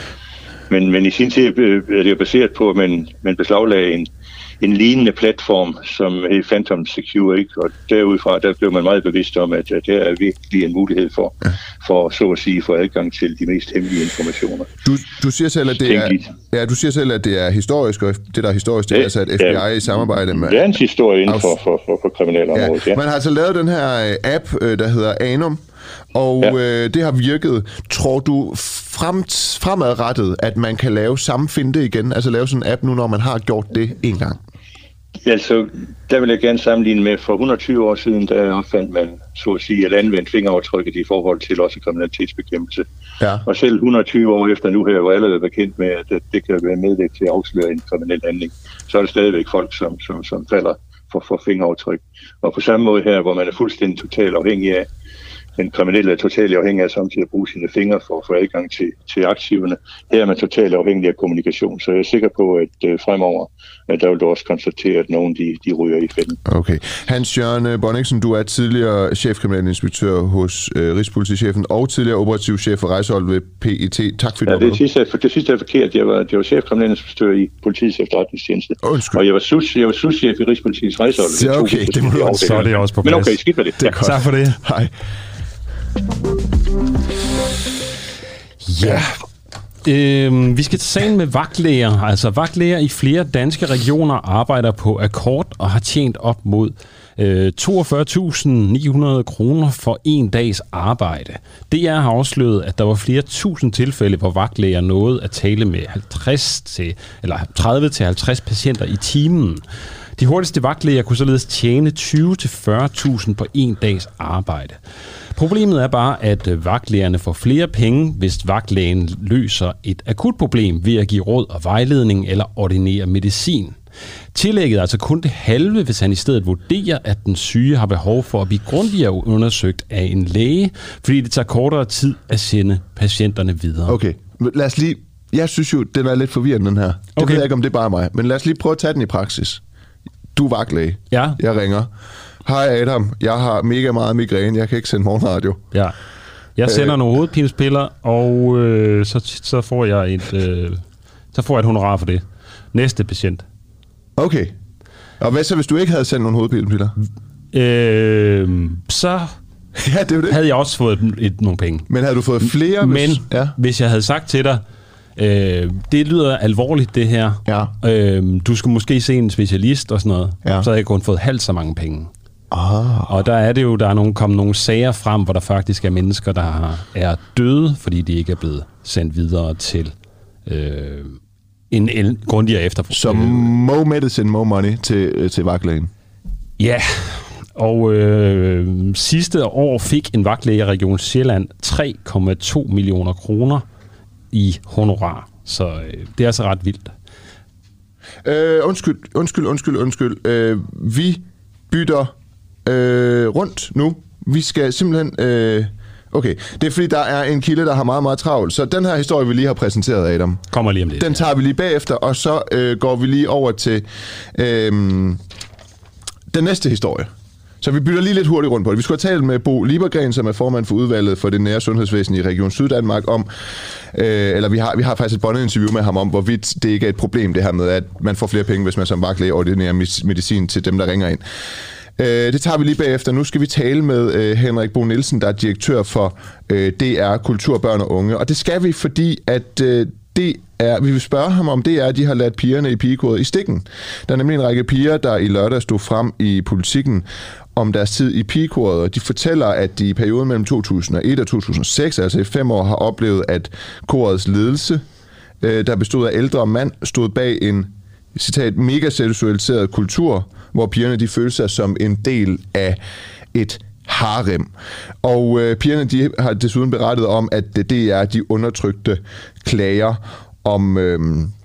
Speaker 4: Men, men i sin tid er det jo baseret på, at man, man beslaglagde en en lignende platform, som hed Phantom Secure, ikke? Og derudfra, der blev man meget bevidst om, at der er virkelig en mulighed for, ja. for så at sige, for adgang til de mest hemmelige informationer.
Speaker 2: Du, du siger selv, at det er, ja, du siger selv, at det er historisk, og det der er historisk, det er altså, at F B I ja, i samarbejde med...
Speaker 4: verdenshistorie inden for, for, for, for kriminalområdet, ja. ja.
Speaker 2: Man har altså lavet den her app, der hedder Anum, og ja. øh, det har virket. Tror du frem, fremadrettet, at man kan lave samme finte igen? Altså lave sådan en app nu, når man har gjort det en gang?
Speaker 4: Altså, der vil jeg gerne sammenligne med, for et hundrede og tyve år siden, der opfandt man, så at sige, at anvende fingeraftrykket i forhold til også kriminalitetsbekæmpelse. Ja. Og selv et hundrede og tyve år efter nu her, hvor alle er bekendt med, at det kan være medvirk til at afsløre en kriminel handling, så er der stadigvæk folk, som, som, som falder for, for fingeraftryk. Og på samme måde her, hvor man er fuldstændig totalt afhængig af, den kriminelle er totalt afhængig af samtidig at bruge sine fingre for at få adgang til, til aktiverne. Her er man totalt afhængig af kommunikation, så jeg er sikker på, at øh, fremover, at der vil du også konstatere, at nogen de, de ryger i fælden.
Speaker 2: Okay. Hans-Jørgen Bonniksen, du er tidligere chefkriminalinspektør hos øh, Rigspolitichefen og tidligere operativ chef for rejseholdet ved P E T. Tak fordi
Speaker 4: ja,
Speaker 2: du var
Speaker 4: det sidste, det sidste er forkert. Jeg var, jeg var chefkriminalinspektør i Politiets Efterretningstjeneste.
Speaker 2: Undskyld.
Speaker 4: Og jeg var, sus, jeg var souschef i Rigspolitiets rejsehold.
Speaker 2: Ja, okay, det må du også.
Speaker 1: Så er det også på plads.
Speaker 4: Men okay, skidt med det.
Speaker 2: Det er
Speaker 4: ja.
Speaker 2: godt.
Speaker 1: Tak for det.
Speaker 2: Hej.
Speaker 1: Ja, øhm, vi skal til sagen med vagtlæger. Altså vagtlæger i flere danske regioner arbejder på akkord og har tjent op mod øh, toogfyrre tusind ni hundrede kroner for en dags arbejde. D R har afsløret, at der var flere tusind tilfælde, hvor vagtlæger nåede at tale med halvtreds til, eller tredive til halvtreds patienter i timen. De hurtigste vagtlæger kunne således tjene tyve til fyrre tusind på en dags arbejde. Problemet er bare, at vagtlægerne får flere penge, hvis vagtlægen løser et akut problem ved at give råd og vejledning eller ordinere medicin. Tillægget er altså kun det halve, hvis han i stedet vurderer, at den syge har behov for at blive grundigere undersøgt af en læge, fordi det tager kortere tid at sende patienterne videre.
Speaker 2: Okay, lad os lige... Jeg synes jo, den er lidt forvirrende, den her. Det okay. ved jeg ikke, om det er bare mig. Men lad os lige prøve at tage den i praksis. Du er vagtlæge.
Speaker 1: Ja.
Speaker 2: Jeg ringer. Hej Adam, jeg har mega meget migræne, jeg kan ikke sende morgenradio.
Speaker 1: Ja. Jeg sender øh, nogle hovedpinepiller, og øh, så, så får jeg et øh, så får jeg et honorar for det. Næste patient.
Speaker 2: Okay. Og hvad så, hvis du ikke havde sendt nogle hovedpinepiller?
Speaker 1: Øh, så
Speaker 2: ja, det er det.
Speaker 1: havde jeg også fået et, et, nogle penge.
Speaker 2: Men havde du fået flere?
Speaker 1: Men
Speaker 2: hvis, ja.
Speaker 1: hvis jeg havde sagt til dig, øh, det lyder alvorligt det her,
Speaker 2: ja.
Speaker 1: øh, du skal måske se en specialist og sådan noget, ja. Så havde jeg kun fået halvt så mange penge.
Speaker 2: Ah.
Speaker 1: Og der er det jo, der er nogle, kommet nogle sager frem, hvor der faktisk er mennesker, der er døde, fordi de ikke er blevet sendt videre til øh, en, en grundigere efterforskning.
Speaker 2: Så more medicine, more money til, til vagtlægen?
Speaker 1: Ja, og øh, sidste år fik en vagtlæge i Region Sjælland tre komma to millioner kroner i honorar. Så øh, det er altså ret vildt.
Speaker 2: Øh, undskyld, undskyld, undskyld, undskyld. Øh, vi bytter øh, rundt nu. Vi skal simpelthen... Øh, okay, det er fordi, der er en kilde, der har meget, meget travlt. Så den her historie, vi lige har præsenteret, Adam,
Speaker 1: kommer lige om lidt.
Speaker 2: Den tager ja. vi lige bagefter, og så øh, går vi lige over til øh, den næste historie. Så vi bytter lige lidt hurtigt rundt på det. Vi skulle have talt med Bo Liebergren, som er formand for udvalget for det nære sundhedsvæsen i Region Syddanmark, om, øh, eller vi har, vi har faktisk et båndinterview med ham om, hvorvidt det ikke er et problem, det her med, at man får flere penge, hvis man som vagtlæge ordinerer medicin til dem, der ringer ind. Øh, det tager vi lige bagefter. Nu skal vi tale med øh, Henrik Bo Nielsen, der er direktør for øh, D R Kultur, Børn og Unge. Og det skal vi, fordi at øh, det er, vi vil spørge ham om det er, at de har ladt pigerne i pigekoret i stikken. Der er nemlig en række piger, der i lørdag stod frem i Politikken om deres tid i pigekoret, og de fortæller, at de i perioden mellem to tusind og et og to tusind og seks, altså i fem år, har oplevet, at korets ledelse, øh, der bestod af ældre mand, stod bag en, citat, mega seksualiseret kultur, hvor pigerne de følte sig som en del af et harem. Og øh, pigerne de har desuden berettet om, at det, det er de undertrykte klager om... Øh,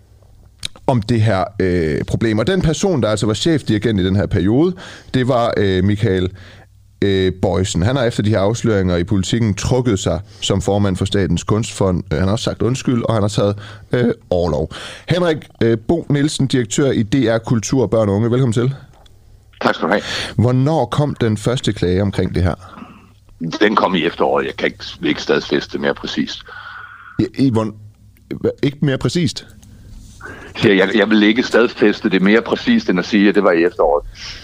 Speaker 2: om det her øh, problem. Og den person, der altså var chefdirigent i den her periode, det var øh, Michael øh, Boysen. Han har efter de her afsløringer i Politikken trukket sig som formand for Statens Kunstfond. Han har også sagt undskyld, og han har taget øh, orlov. Henrik øh, Bo Nielsen, direktør i D R Kultur, Børn og Unge. Velkommen til.
Speaker 5: Tak skal du have.
Speaker 2: Hvornår kom den første klage omkring det her?
Speaker 5: Den kom i efteråret. Jeg kan ikke, ikke stadfæste mere præcist.
Speaker 2: I, i, hvor, ikke mere præcist?
Speaker 5: Jeg, jeg vil ikke stadfæste det mere præcist, end at sige, at det var i efteråret.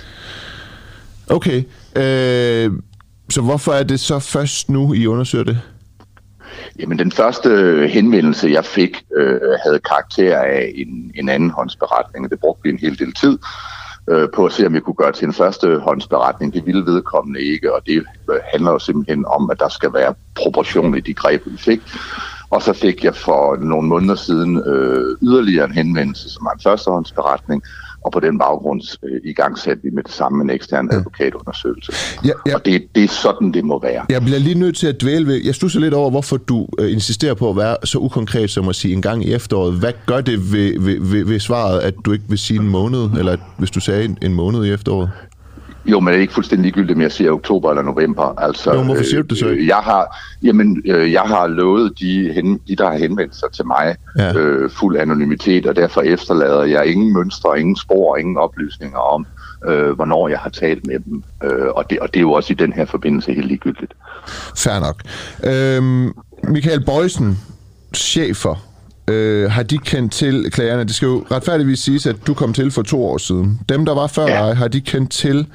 Speaker 2: Okay. Øh, så hvorfor er det så først nu, I undersøger det?
Speaker 5: Jamen, den første henvendelse, jeg fik, øh, havde karakter af en, en andenhåndsberetning. Det brugte vi en hel del tid øh, på at se, om jeg kunne gøre til en førstehåndsberetning. Det ville vedkommende ikke, og det handler jo simpelthen om, at der skal være proportion i de greb, vi fik. Og så fik jeg for nogle måneder siden øh, yderligere en henvendelse, som er en førstehåndsberetning, og på den baggrund øh, i gang satte vi med det samme en ekstern ja. advokatundersøgelse. Ja, ja. Og det, det er sådan, det må være.
Speaker 2: Jeg bliver lige nødt til at dvæle ved, jeg stusser lidt over, hvorfor du øh, insisterer på at være så ukonkret som at sige en gang i efteråret. Hvad gør det ved, ved, ved, ved svaret, at du ikke vil sige en måned, eller hvis du sagde en, en måned i efteråret?
Speaker 5: Jo, men det er ikke fuldstændig ligegyldigt, om jeg siger oktober eller november. Altså,
Speaker 2: jo, hvorfor siger du det så ikke?
Speaker 5: Øh, jeg har, jamen, øh, jeg har lovet de, hen, de, der har henvendt sig til mig, ja. øh, fuld anonymitet, og derfor efterlader jeg ingen mønstre, ingen spor, ingen oplysninger om, øh, hvornår jeg har talt med dem. Øh, og, det, og det er jo også i den her forbindelse helt ligegyldigt.
Speaker 2: Fair nok. Øhm, Michael Boysen, chefer, Øh, har de kendt til klagerne? Det skal jo retfærdigvis siges, at du kom til for to år siden. Dem, der var før ja. dig, har de kendt til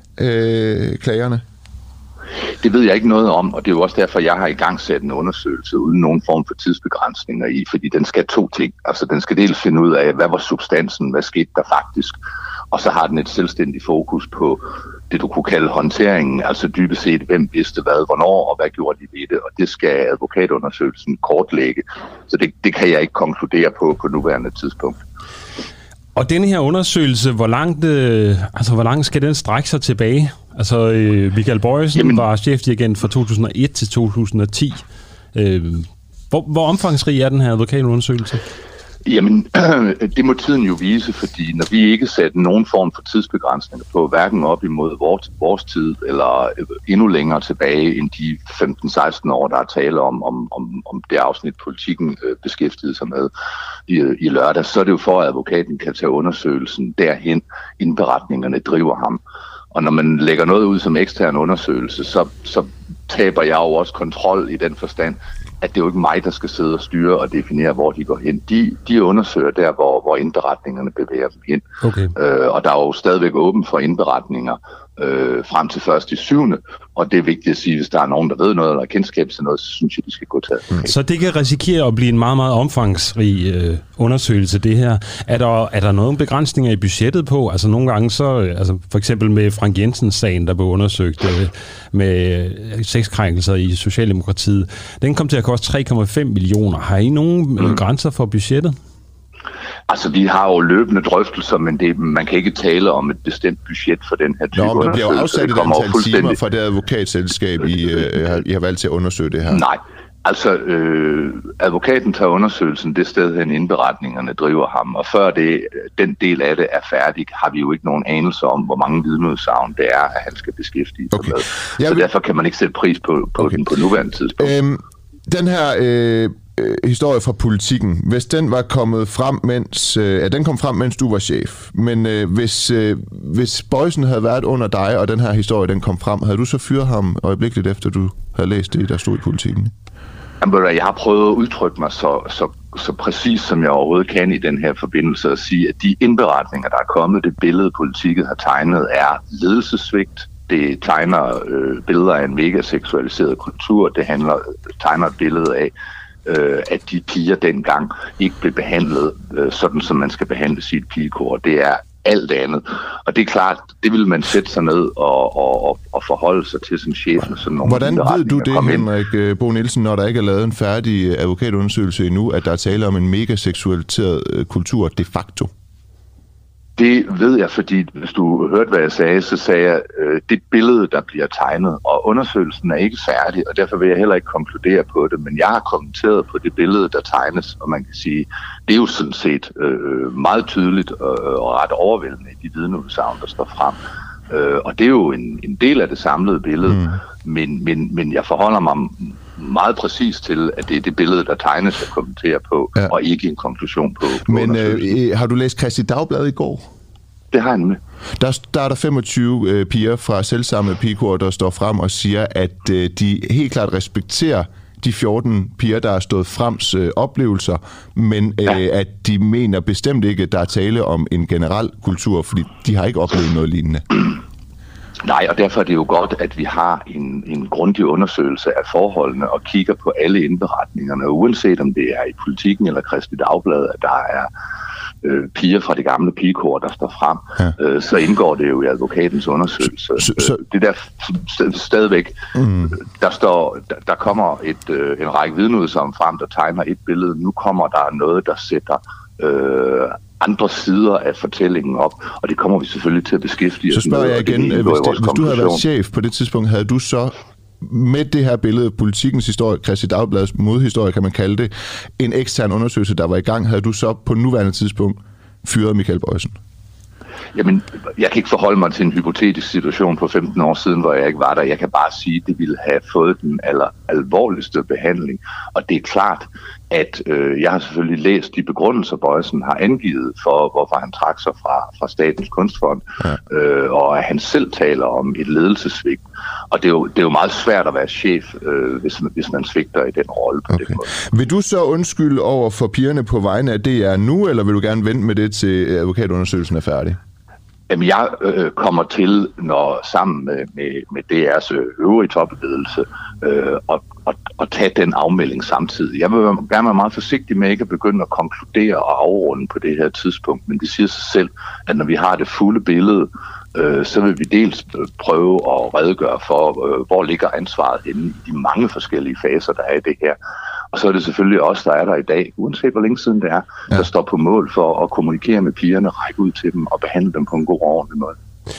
Speaker 2: øh, klagerne?
Speaker 5: Det ved jeg ikke noget om, og det er jo også derfor, jeg har i gang sat en undersøgelse uden nogen form for tidsbegrænsninger i, fordi den skal to ting. Altså, den skal dels finde ud af, hvad var substansen, hvad skete der faktisk, og så har den et selvstændigt fokus på det, du kunne kalde håndteringen, altså dybest set, hvem vidste hvad, hvornår, og hvad gjorde de ved det, og det skal advokatundersøgelsen kortlægge. Så det, det kan jeg ikke konkludere på på nuværende tidspunkt.
Speaker 1: Og denne her undersøgelse, hvor langt, øh, altså, hvor langt skal den strække sig tilbage? Altså, øh, Michael Boysen Jamen, var chefdirigent fra to tusind og et til to tusind og ti. Øh, hvor, hvor omfangsrig er den her advokatundersøgelse?
Speaker 5: Jamen, det må tiden jo vise, fordi når vi ikke satte nogen form for tidsbegrænsninger på, hverken op imod vores, vores tid, eller endnu længere tilbage end de femten seksten år, der er tale om, om, om, om det afsnit, Politikken øh, beskæftigede sig med i, i lørdag, så er det jo for, at advokaten kan tage undersøgelsen derhen, indberetningerne driver ham. Og når man lægger noget ud som ekstern undersøgelse, så, så taber jeg jo også kontrol i den forstand, at det er jo ikke mig, der skal sidde og styre og definere, hvor de går hen. De, de undersøger der, hvor, hvor indberetningerne bevæger dem hen. Okay. Øh, og der er jo stadigvæk åben for indberetninger øh, frem til første i syvende. Og det er vigtigt at sige, hvis der er nogen, der ved noget eller kendskab til noget, så synes jeg, de skal gå til. Okay.
Speaker 1: Så det kan risikere at blive en meget, meget omfangsrig øh, undersøgelse, det her. Er der, er der nogle begrænsninger i budgettet på? Altså nogle gange så, altså for eksempel med Frank Jensen-sagen, der blev undersøgt øh, med sexkrænkelser i Socialdemokratiet. Den kom til at koste tre komma fem millioner. Har I nogen mm. grænser for budgettet?
Speaker 5: Altså, vi har jo løbende drøftelser, men det, man kan ikke tale om et bestemt budget for den her type undersøgelse.
Speaker 2: Nå, men bliver jo afsat et antal timer fra det advokatselskab, I, øh, har, I har valgt til at undersøge det her.
Speaker 5: Nej, altså øh, advokaten tager undersøgelsen det sted hen, indberetningerne driver ham, og før det, den del af det er færdig, har vi jo ikke nogen anelse om, hvor mange vidneudsagn det er, at han skal beskæftige sig okay. med. Så vil... derfor kan man ikke sætte pris på, på okay. den på nuværende tidspunkt. Øhm,
Speaker 2: den her... Øh... historie fra Politikken, hvis den var kommet frem, mens øh, ja, den kom frem, mens du var chef, men øh, hvis, øh, hvis Boysen havde været under dig, og den her historie, den kom frem, havde du så fyret ham øjeblikkeligt efter, du havde læst det, der stod i Politikken?
Speaker 5: Jamen, jeg har prøvet at udtrykke mig så, så, så præcis, som jeg overhovedet kan i den her forbindelse, at sige, at de indberetninger, der er kommet, det billede, Politikken har tegnet, er ledelsessvigt. Det tegner øh, billeder af en mega seksualiseret kultur. Det handler, tegner et billede af, Øh, at de piger dengang ikke blev behandlet øh, sådan, som man skal behandle sit pigekor. Det er alt andet. Og det er klart, det vil man sætte sig ned og, og, og forholde sig til som chef. Sådan nogle
Speaker 2: Hvordan ved du det, Henrik Bo Nielsen, når der ikke er lavet en færdig advokatundersøgelse endnu, at der er tale om en mega seksualiseret kultur de facto?
Speaker 5: Det ved jeg, fordi hvis du hørte, hvad jeg sagde, så sagde jeg, øh, det billede, der bliver tegnet, og undersøgelsen er ikke færdig, og derfor vil jeg heller ikke konkludere på det, men jeg har kommenteret på det billede, der tegnes, og man kan sige, det er jo sådan set øh, meget tydeligt og, og ret overvældende i de vidneudsagn, der står frem. Øh, og det er jo en, en del af det samlede billede, mm. men, men, men jeg forholder mig meget præcis til, at det er det billede, der tegnes at kommentere på, ja. Og ikke en konklusion på, på
Speaker 2: Men øh, har du læst Kristi Dagblad i går?
Speaker 5: Det har jeg nemlig.
Speaker 2: Der, der er der femogtyve øh, piger fra selvsamme pigekor, der står frem og siger, at øh, de helt klart respekterer de fjorten piger, der har stået frems øh, oplevelser, men øh, ja. at de mener bestemt ikke, at der er tale om en generel kultur, fordi de har ikke oplevet noget lignende.
Speaker 5: Nej, og derfor er det jo godt, at vi har en, en grundig undersøgelse af forholdene og kigger på alle indberetningerne, uanset om det er i Politikken eller Kristi Dagblad, at der er øh, piger fra det gamle pigekor, der står frem, ja. øh, så indgår det jo i advokatens undersøgelse. Så, så, det der stadigvæk, mm. der står, der, der kommer et, øh, en række vidneudsagn frem, der tegner et billede. Nu kommer der noget, der sætter øh, andre sider af fortællingen op, og det kommer vi selvfølgelig til at beskæftige os med.
Speaker 2: Så spørger jeg igen, hvis, det, hvis du havde været chef på det tidspunkt, havde du så med det her billede, Politikens historie, Kristi Dagbladets modhistorie, kan man kalde det, en ekstern undersøgelse, der var i gang, havde du så på nuværende tidspunkt fyret Michael Bojesen?
Speaker 5: Jamen, jeg kan ikke forholde mig til en hypotetisk situation på femten år siden, hvor jeg ikke var der. Jeg kan bare sige, at det ville have fået den aller alvorligste behandling. Og det er klart, at øh, jeg har selvfølgelig læst de begrundelser, Bojesen har angivet for, hvorfor han trak sig fra, fra Statens Kunstfond, ja. øh, og at han selv taler om et ledelsessvigt. Og det er, jo, det er jo meget svært at være chef, øh, hvis, hvis man svigter i den rolle på okay. den måde.
Speaker 2: Vil du så undskylde over for pigerne på vegne af D R nu, eller vil du gerne vente med det til advokatundersøgelsen er færdig?
Speaker 5: Jamen, jeg øh, kommer til, når sammen med, med, med D R's øvrige topledelse, øh, og, og, og tage den afmelding samtidig. Jeg vil gerne være meget forsigtig med ikke at begynde at konkludere og afrunde på det her tidspunkt, men det siger sig selv, at når vi har det fulde billede, øh, så vil vi dels prøve at redegøre for, øh, hvor ligger ansvaret henne i de mange forskellige faser, der er i det her. Og så er det selvfølgelig os, der er der i dag, uanset hvor længe siden det er, ja. der står på mål for at kommunikere med pigerne, række ud til dem og behandle dem på en god og ordentlig måde.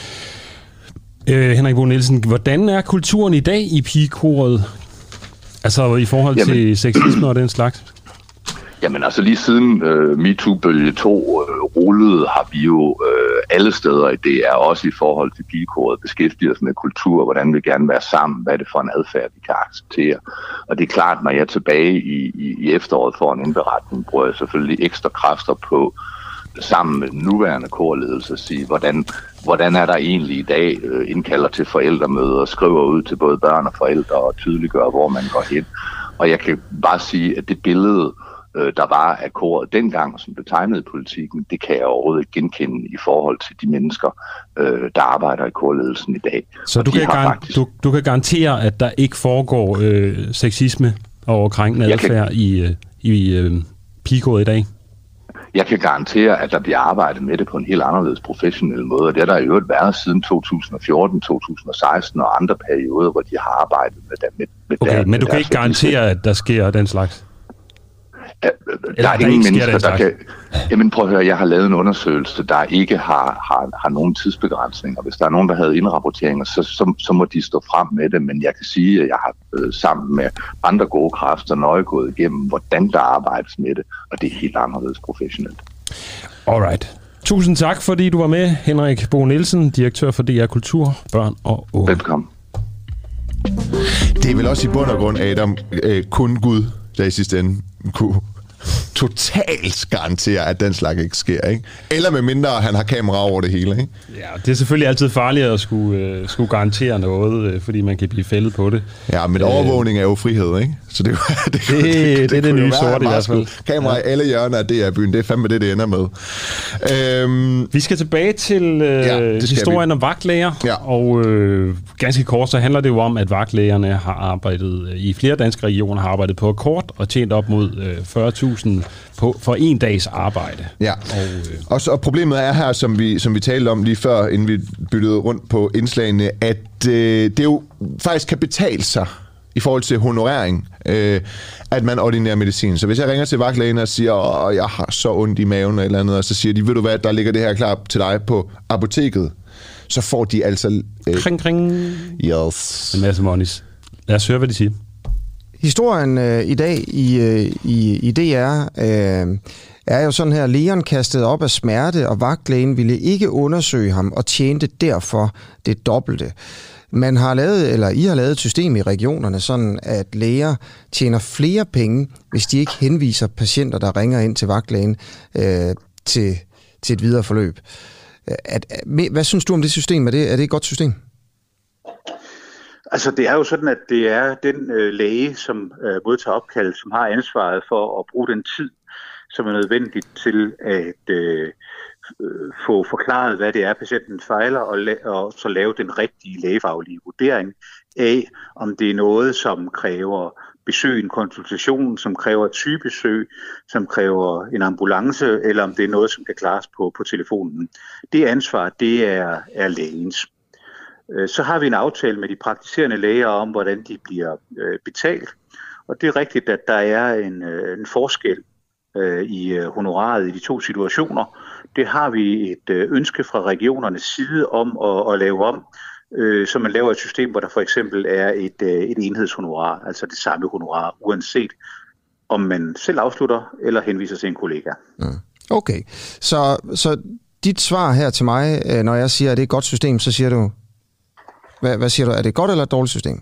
Speaker 1: Øh, Henrik Bo Nielsen, hvordan er kulturen i dag i pigekoret? Altså i forhold Jamen. til sexisme og den slags?
Speaker 5: Jamen altså lige siden øh, MeToo-bølge to øh, rullede, har vi jo øh, alle steder i D R, også i forhold til pigekoret, beskæftiget os med kultur, hvordan vi gerne vil være sammen, hvad er det for en adfærd, vi kan acceptere. Og det er klart, når jeg er tilbage i, i, i efteråret for en indberetning, bruger jeg selvfølgelig ekstra kræfter på, sammen med den nuværende korledelse, at sige, hvordan, hvordan er der egentlig i dag, øh, indkalder til forældremøder, skriver ud til både børn og forældre og tydeliggør, hvor man går hen. Og jeg kan bare sige, at det billede, der var af koret dengang, som blev tegnet i Politikken, det kan jeg overhovedet ikke genkende i forhold til de mennesker, øh, der arbejder i korledelsen i dag.
Speaker 1: Så du kan, gar- faktisk... du, du kan garantere, at der ikke foregår øh, sexisme og krænkende adfærd kan... i, øh, i øh, pigekoret i dag?
Speaker 5: Jeg kan garantere, at der bliver arbejdet med det på en helt anderledes professionel måde, og det har der i øvrigt været siden to tusind og fjorten, to tusind og seksten og andre perioder, hvor de har arbejdet med, med, med
Speaker 1: okay,
Speaker 5: der,
Speaker 1: men du kan ikke garantere, at der sker den slags?
Speaker 5: Der, der er ingen mennesker, der kan... Jamen prøv at høre, jeg har lavet en undersøgelse, der ikke har, har, har nogen tidsbegrænsninger. Hvis der er nogen, der havde indrapporteringer, så, så, så må de stå frem med det. Men jeg kan sige, at jeg har øh, sammen med andre gode kræfter nøje gået igennem, hvordan der arbejdes med det. Og det er helt anderledes professionelt.
Speaker 1: Alright. Tusind tak, fordi du var med, Henrik Bo Nielsen, direktør for D R Kultur, Børn og Unge.
Speaker 5: Velkommen.
Speaker 2: Det er vel også i bund og grund, Adam, øh, kun Gud, der i sidste ende kunne totalt garantere, at den slags ikke sker, ikke? Eller med mindre, han har kamera over det hele, ikke?
Speaker 1: Ja, det er selvfølgelig altid farligt at skulle, øh, skulle garantere noget, øh, fordi man kan blive fældet på det.
Speaker 2: Ja, men overvågning er jo frihed, ikke? Så det, det, det,
Speaker 1: det, det, det, det er det nye sort i hvert fald.
Speaker 2: Kamera i ja. alle hjørner af D R-byen, det er fandme det, det ender med.
Speaker 1: Øhm, vi skal tilbage til øh, ja, historien vi. om vagtlæger, ja. og øh, ganske kort, så handler det jo om, at vagtlægerne har arbejdet, i flere danske regioner har arbejdet på akkord og tjent op mod øh, fyrre tusind på, for en dags arbejde.
Speaker 2: Ja, og, øh, og, så, og problemet er her, som vi, som vi talte om lige før, inden vi byttede rundt på indslagene, at øh, det jo faktisk kan betale sig i forhold til honorering, øh, at man ordinerer medicin. Så hvis jeg ringer til vagtlægen og siger, at jeg har så ondt i maven eller et eller andet, og så siger de, ved du hvad, der ligger det her klar til dig på apoteket, så får de altså... Øh,
Speaker 1: kring, kring.
Speaker 2: Yes.
Speaker 1: En masse monies. Lad os høre, hvad de siger.
Speaker 6: Historien øh, i dag i, øh, i, i D R øh, er jo sådan her, Leon kastede op af smerte, og vagtlægen ville ikke undersøge ham og tjente derfor det dobbelte. Man har lavet, eller I har lavet et system i regionerne, sådan at læger tjener flere penge, hvis de ikke henviser patienter, der ringer ind til vagtlægen, øh, til, til et videre forløb. At, hvad synes du om det system? Er det, er det et godt system?
Speaker 7: Altså det er jo sådan, at det er den øh, læge, som øh, modtager opkald, som har ansvaret for at bruge den tid, som er nødvendigt til at øh, få forklaret, hvad det er, patienten fejler, og, la- og så lave den rigtige lægefaglige vurdering af, om det er noget, som kræver besøg, en konsultation, som kræver et sygebesøg, som kræver en ambulance, eller om det er noget, som kan klares på, på telefonen. Det ansvar, det er, er lægens. Så har vi en aftale med de praktiserende læger om, hvordan de bliver øh, betalt. Og det er rigtigt, at der er en, øh, en forskel øh, i øh, honoraret i de to situationer. Det har vi et øh, ønske fra regionernes side om at, at lave om, øh, så man laver et system, hvor der for eksempel er et, øh, et enhedshonorar, altså det samme honorar, uanset om man selv afslutter eller henviser til en kollega.
Speaker 6: Mm. Okay, så, så dit svar her til mig, når jeg siger, at det er et godt system, så siger du, hvad, hvad siger du, er det et godt eller et dårligt system?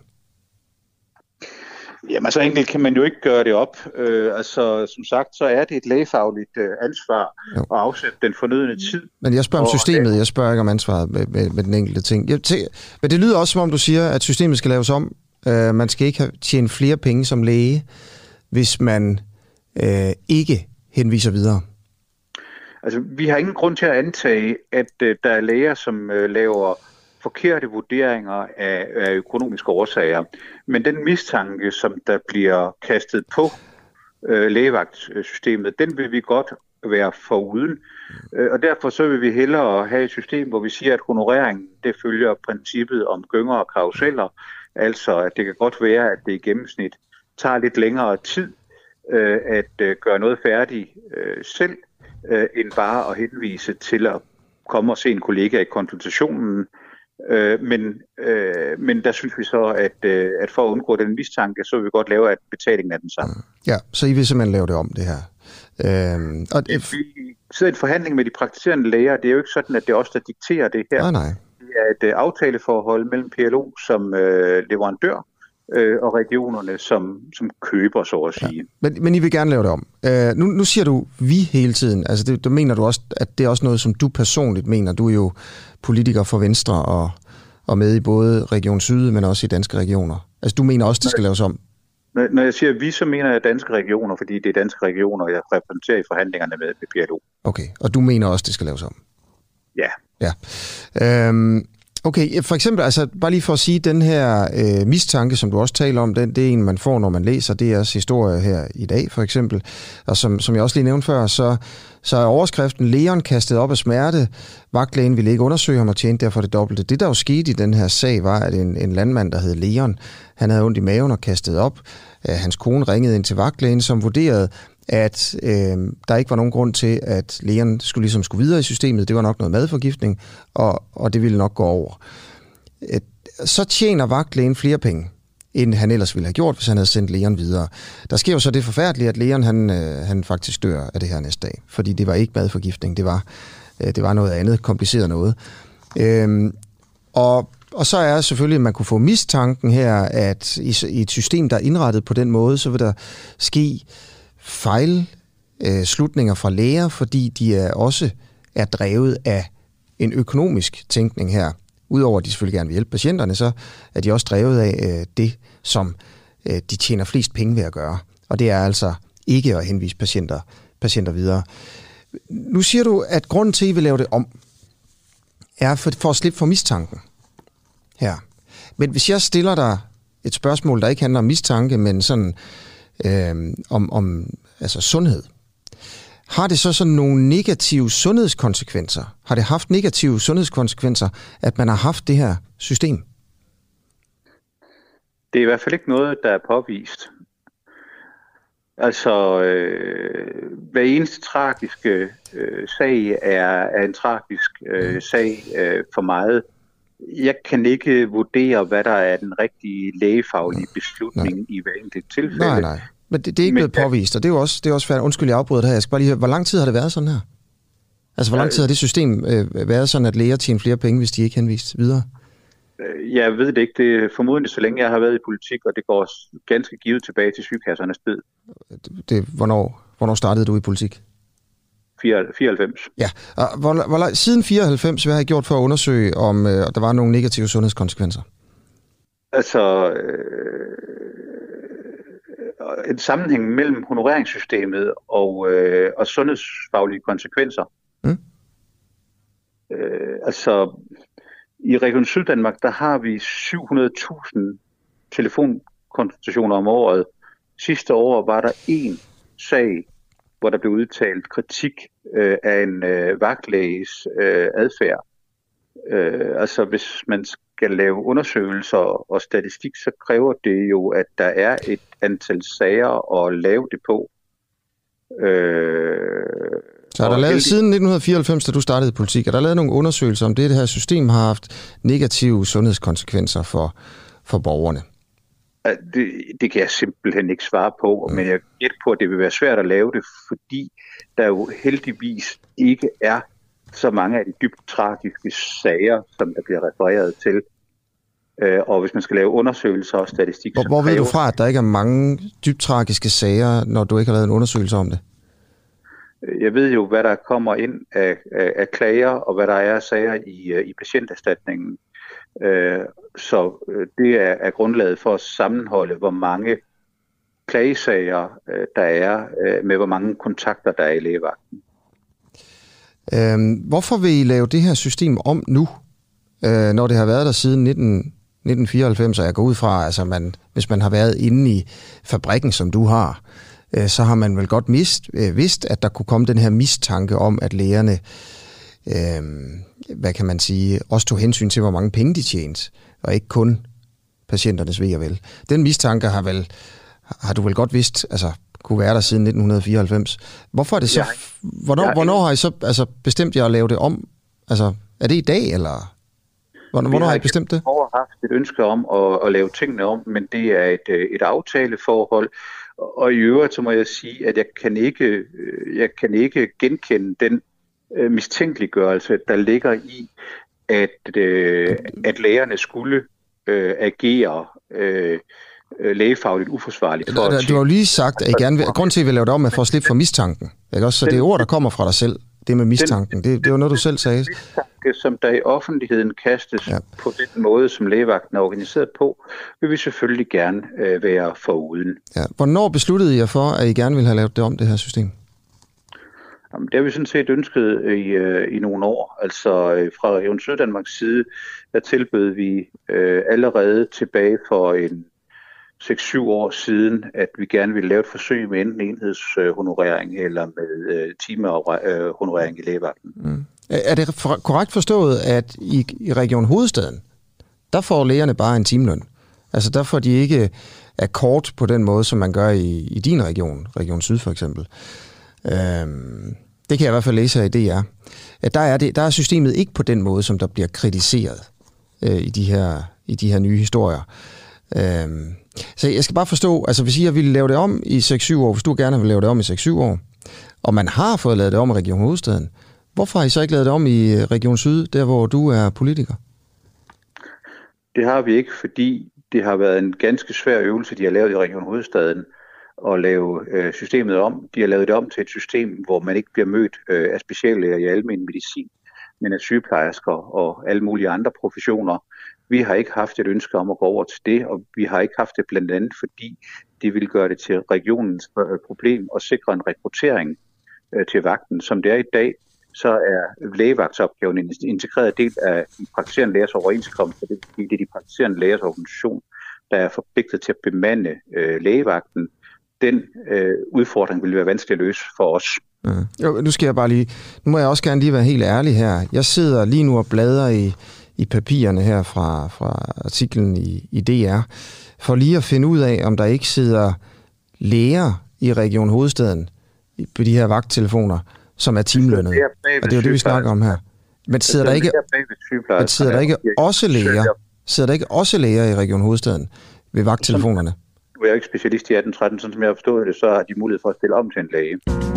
Speaker 7: Jamen, så enkelt kan man jo ikke gøre det op. Øh, altså, som sagt, så er det et lægefagligt øh, ansvar jo. At afsætte den fornødne tid.
Speaker 6: Men jeg spørger om systemet, jeg spørger ikke om ansvaret med, med, med den enkelte ting. Jeg tænker, men det lyder også, som om du siger, at systemet skal laves om. Øh, man skal ikke have tjene flere penge som læge, hvis man øh, ikke henviser videre.
Speaker 7: Altså, vi har ingen grund til at antage, at øh, der er læger, som øh, laver forkerte vurderinger af, af økonomiske årsager. Men den mistanke, som der bliver kastet på øh, lægevagtsystemet, den vil vi godt være foruden. Øh, og derfor så vil vi hellere have et system, hvor vi siger, at honoreringen det følger princippet om gynger og karuseller. Altså, at det kan godt være, at det i gennemsnit tager lidt længere tid øh, at øh, gøre noget færdigt øh, selv, øh, end bare at henvise til at komme og se en kollega i konsultationen. Øh, men, øh, men der synes vi så, at, øh, at for at undgå den mistanke, så vil vi godt lave, at betalingen er den samme.
Speaker 6: Ja, så I vil simpelthen lave det om, det her? Øh, og
Speaker 7: det... Vi sidder i en forhandling med de praktiserende læger. Det er jo ikke sådan, at det er os, der dikterer det her.
Speaker 6: Nej, nej.
Speaker 7: Det er et øh, aftaleforhold mellem P L O som øh, leverandør øh, og regionerne som, som køber, så at sige. Ja.
Speaker 6: Men, men I vil gerne lave det om. Øh, nu, nu siger du vi hele tiden. Altså, det, det mener du også, at det er også noget, som du personligt mener. Du er jo politiker for Venstre og, og med i både Region Syd, men også i danske regioner. Altså, du mener også, det skal laves om?
Speaker 7: Når jeg siger vi, så mener jeg danske regioner, fordi det er danske regioner, jeg repræsenterer i forhandlingerne med P L O.
Speaker 6: Okay, og du mener også, det skal laves om?
Speaker 7: Ja.
Speaker 6: Ja. Øhm, okay, for eksempel, altså bare lige for at sige, den her øh, mistanke, som du også taler om, den, det er en, man får, når man læser D R's historie her i dag, for eksempel. Og som, som jeg også lige nævnte før, så, så er overskriften, Leon kastet op af smerte. Vagtlægen ville ikke undersøge ham og tjente derfor det dobbelte. Det, der jo skete i den her sag, var, at en, en landmand, der hed Leon, han havde ondt i maven og kastet op. Hans kone ringede ind til vagtlægen, som vurderede, at øh, der ikke var nogen grund til, at lægen skulle, ligesom skulle videre i systemet. Det var nok noget madforgiftning, og, og det ville nok gå over. Et, så tjener vagtlægen flere penge, end han ellers ville have gjort, hvis han havde sendt lægen videre. Der sker jo så det forfærdelige, at lægen han, øh, han faktisk dør af det her næste dag, fordi det var ikke madforgiftning, det var, øh, det var noget andet, kompliceret noget. Øh, og Og så er selvfølgelig, at man kunne få mistanken her, at i, i et system, der er indrettet på den måde, så vil der ske fejlslutninger øh, fra læger, fordi de er også er drevet af en økonomisk tænkning her. Udover at de selvfølgelig gerne vil hjælpe patienterne, så er de også drevet af øh, det, som øh, de tjener flest penge ved at gøre. Og det er altså ikke at henvise patienter, patienter videre. Nu siger du, at grunden til, at I vil lave det om, er for, for at slippe for mistanken her. Men hvis jeg stiller dig et spørgsmål, der ikke handler om mistanke, men sådan øh, om, om altså sundhed, har det så sådan nogle negative sundhedskonsekvenser? Har det haft negative sundhedskonsekvenser, at man har haft det her system?
Speaker 7: Det er i hvert fald ikke noget, der er påvist. Altså, øh, hver eneste tragiske øh, sag er, er en tragisk øh, sag øh, for meget. Jeg kan ikke vurdere, hvad der er den rigtige lægefaglige beslutning nej. I hver enkelt tilfælde.
Speaker 6: Nej, nej. Men det, det er ikke blevet Men, påvist, og det er jo også, det er også færdigt. Undskyld, jeg afbryder det her. Jeg skal bare lige høre, hvor lang tid har det været sådan her? Altså, hvor lang tid har det system øh, været sådan, at læger tjener flere penge, hvis de ikke henvist videre?
Speaker 7: Jeg ved det ikke. Det er formodentlig så længe jeg har været i politik, og det går ganske givet tilbage til sygekassernes bid.
Speaker 6: Det, hvornår, hvornår startede du i politik?
Speaker 7: fireoghalvfems.
Speaker 6: Ja, og hvor, hvor, siden fireoghalvfems, hvad har I gjort for at undersøge, om øh, der var nogle negative sundhedskonsekvenser?
Speaker 7: Altså, øh, en sammenhæng mellem honoreringssystemet og, øh, og sundhedsfaglige konsekvenser. Mm. Øh, altså, i Region Syddanmark, der har vi syv hundrede tusind telefonkonsultationer om året, Sidste år var der én sag, hvor der blev udtalt kritik øh, af en øh, vagtlæges øh, adfærd. Øh, altså hvis man skal lave undersøgelser og statistik, så kræver det jo, at der er et antal sager at lave det på. Øh,
Speaker 6: så er der lavet heldig... siden nitten fireoghalvfems, da du startede i politik, er der lavet nogle undersøgelser om det, det her system har haft negative sundhedskonsekvenser for, for borgerne?
Speaker 7: Det, det kan jeg simpelthen ikke svare på, mm. men jeg gætter på, at det vil være svært at lave det, fordi der jo heldigvis ikke er så mange af de dybt tragiske sager, som der bliver refereret til. Og hvis man skal lave undersøgelser og statistik...
Speaker 6: Hvor, hvor ved du fra, at der ikke er mange dybt tragiske sager, når du ikke har lavet en undersøgelse om det?
Speaker 7: Jeg ved jo, hvad der kommer ind af, af, af klager, og hvad der er af sager i, i patienterstatningen. Så det er, er grundlaget for at sammenholde, hvor mange klagesager der er, med hvor mange kontakter der er i lægevagten.
Speaker 6: Øhm, hvorfor vil I lave det her system om nu, øh, når det har været der siden nitten fireoghalvfems, og jeg går ud fra, altså man, hvis man har været inde i fabrikken, som du har, øh, så har man vel godt mist, øh, vidst, at der kunne komme den her mistanke om, at lægerne, øh, hvad kan man sige, også tog hensyn til, hvor mange penge de tjente, og ikke kun patienternes ve og vel. Den mistanke har, vel, har du vel godt vidst, altså kunne være der siden nitten fireoghalvfems. Hvorfor er det så... Jeg, hvornår, jeg, hvornår har I så altså, bestemt jer at lave det om? Altså, er det i dag, eller... Hvornår, hvornår har I bestemt det?
Speaker 7: Vi har haft et ønske om at, at lave tingene om, men det er et, et aftaleforhold. Og i øvrigt, så må jeg sige, at jeg kan ikke, jeg kan ikke genkende den uh, mistænkeliggørelse, der ligger i, at, uh, at lægerne skulle uh, agere... Uh, lægefagligt uforsvarligt. For
Speaker 6: du, du har jo lige sagt, at I gerne vil, grund til, at I vil lave det om, er for at slippe for mistanken. Ikke også? Så det er ord, der kommer fra dig selv. Det med mistanken. Det, det var noget, du selv sagde.
Speaker 7: Mistanke, som der i offentligheden kastes ja. På den måde, som lægevagten er organiseret på, vil vi selvfølgelig gerne øh, være foruden.
Speaker 6: Ja. Hvornår besluttede I jer for, at I gerne ville have lavet det om, det her system?
Speaker 7: Jamen, det har vi sådan set ønsket i, øh, i nogle år. Altså øh, fra Region Syddanmarks side, der tilbød vi øh, allerede tilbage for en seks syv år siden, at vi gerne ville lave et forsøg med enten enhedshonorering eller med øh, timehonorering i lægevagten. Mm.
Speaker 6: Er det for, korrekt forstået, at i, i Region Hovedstaden, der får lægerne bare en timeløn? Altså der får de ikke akkord på den måde, som man gør i, i din region, Region Syd for eksempel. Øhm, det kan jeg i hvert fald læse her i D R. At der, er det, der er systemet ikke på den måde, som der bliver kritiseret øh, i, de her, i de her nye historier. Øhm, så jeg skal bare forstå, altså hvis I ville lave det om i seks syv år, hvis du gerne vil lave det om i seks syv år, og man har fået lavet det om i Region Hovedstaden, hvorfor har I så ikke lavet det om i Region Syd, der hvor du er politiker?
Speaker 7: Det har vi ikke, fordi det har været en ganske svær øvelse, de har lavet i Region Hovedstaden, at lave øh, systemet om. De har lavet det om til et system, hvor man ikke bliver mødt øh, af speciallæger i almen medicin, men af sygeplejersker og alle mulige andre professioner. Vi har ikke haft et ønske om at gå over til det, og vi har ikke haft det blandt andet, fordi det vil gøre det til regionens problem at sikre en rekruttering øh, til vagten. Som det er i dag, så er lægevagtsopgaven en integreret del af de praktiserende lægers overenskomst, og det er de praktiserende lægers organisation, der er forpligtet til at bemande øh, lægevagten. Den øh, udfordring vil være vanskelig at løse for os.
Speaker 6: Ja. Jo, nu skal jeg bare lige, nu må jeg også gerne lige være helt ærlig her. Jeg sidder lige nu og bladrer i i papirerne her fra, fra artiklen i, i D R, for lige at finde ud af, om der ikke sidder læger i Region Hovedstaden på de her vagttelefoner, som er timelønnet. Og det er jo det, vi snakker om her. Men sidder der ikke, men sidder der ikke også læger, sidder der ikke også læger i Region Hovedstaden ved vagttelefonerne?
Speaker 7: Nu er jeg ikke specialist i atten tretten, sådan som jeg har forstået det, så har de mulighed for at stille om til en læge.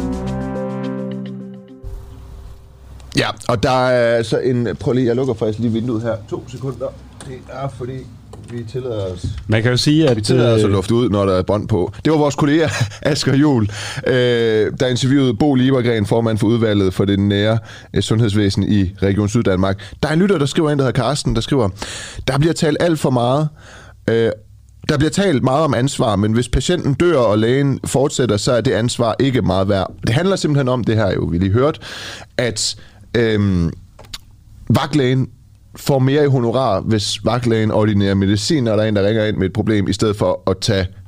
Speaker 2: Ja, og der er så en... Prøv lige, jeg lukker faktisk lige vinduet her. To sekunder. Det er fordi, vi tillader os...
Speaker 1: Man kan jo sige, at...
Speaker 2: Vi tillader os at lufte ud, når der er bånd på. Det var vores kollega, Asger Juhl, øh, der interviewede Bo Liebergren, formand for udvalget for det nære øh, sundhedsvæsen i Region Syddanmark. Der er en lytter, der skriver ind, der hedder Carsten, der skriver, der bliver talt alt for meget... Øh, Der bliver talt meget om ansvar, men hvis patienten dør, og lægen fortsætter, så er det ansvar ikke meget værd. Det handler simpelthen om det her, jo, vi lige hørt, at øhm, vagtlægen får mere i honorar, hvis vagtlægen ordinerer medicin, og der er en, der ringer ind med et problem, i stedet for at tage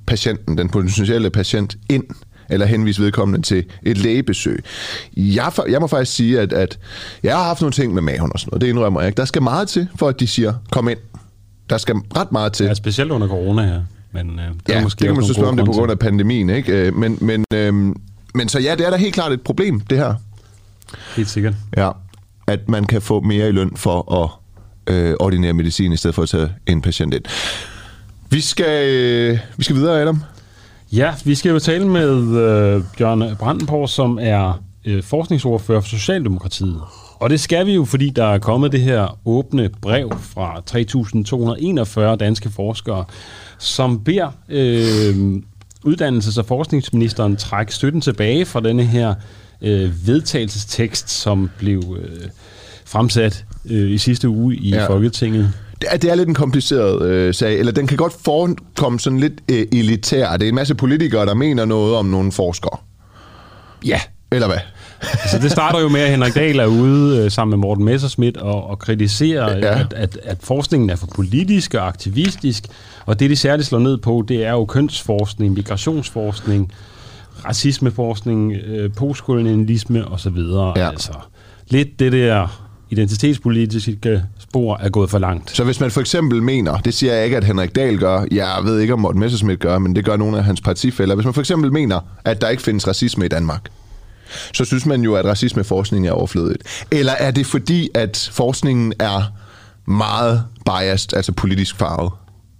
Speaker 2: patienten, den potentielle patient, ind, eller henvise vedkommende til et lægebesøg. Jeg, jeg må faktisk sige, at, at jeg har haft nogle ting med maven og sådan noget. Det indrømmer jeg ikke. Der skal meget til, for at de siger, kom ind. Der skal ret meget til.
Speaker 1: Ja, specielt under corona her. Men, øh, der
Speaker 2: ja,
Speaker 1: måske
Speaker 2: det kan man så spørge om det på grund
Speaker 1: af
Speaker 2: af pandemien, ikke? Men, men, øh, men så ja, det er da helt klart et problem, det her.
Speaker 1: Helt sikkert.
Speaker 2: Ja, at man kan få mere i løn for at øh, ordinere medicin, i stedet for at tage en patient ind. Vi skal, øh, vi skal videre, Adam.
Speaker 1: Ja, vi skal jo tale med øh, Bjørn Brandenborg, som er øh, forskningsordfører for Socialdemokratiet. Og det skal vi jo, fordi der er kommet det her åbne brev fra tre tusind to hundrede og enogfyrre danske forskere, som beder øh, uddannelses- og forskningsministeren trække støtten tilbage fra denne her øh, vedtagelsestekst, som blev øh, fremsat øh, i sidste uge i ja. Folketinget.
Speaker 2: Det er, det er lidt en kompliceret øh, sag, eller den kan godt forekomme sådan lidt øh, elitær. Det er en masse politikere, der mener noget om nogle forskere.
Speaker 1: Ja.
Speaker 2: Eller hvad?
Speaker 1: Altså, det starter jo med, at Henrik Dahl er ude øh, sammen med Morten Messerschmidt og, og kritiserer, ja. at, at, at forskningen er for politisk og aktivistisk. Og det, de særligt slår ned på, det er jo kønsforskning, migrationsforskning, racismeforskning, øh, postkolonialisme osv. Ja. Altså, lidt det der identitetspolitiske spor er gået for langt.
Speaker 2: Så hvis man for eksempel mener, det siger jeg ikke, at Henrik Dahl gør, jeg ved ikke, om Morten Messerschmidt gør, men det gør nogle af hans partifæller. Hvis man for eksempel mener, at der ikke findes racisme i Danmark, så synes man jo, at racismeforskning er overflødigt. Eller er det fordi, at forskningen er meget biased, altså politisk farvet?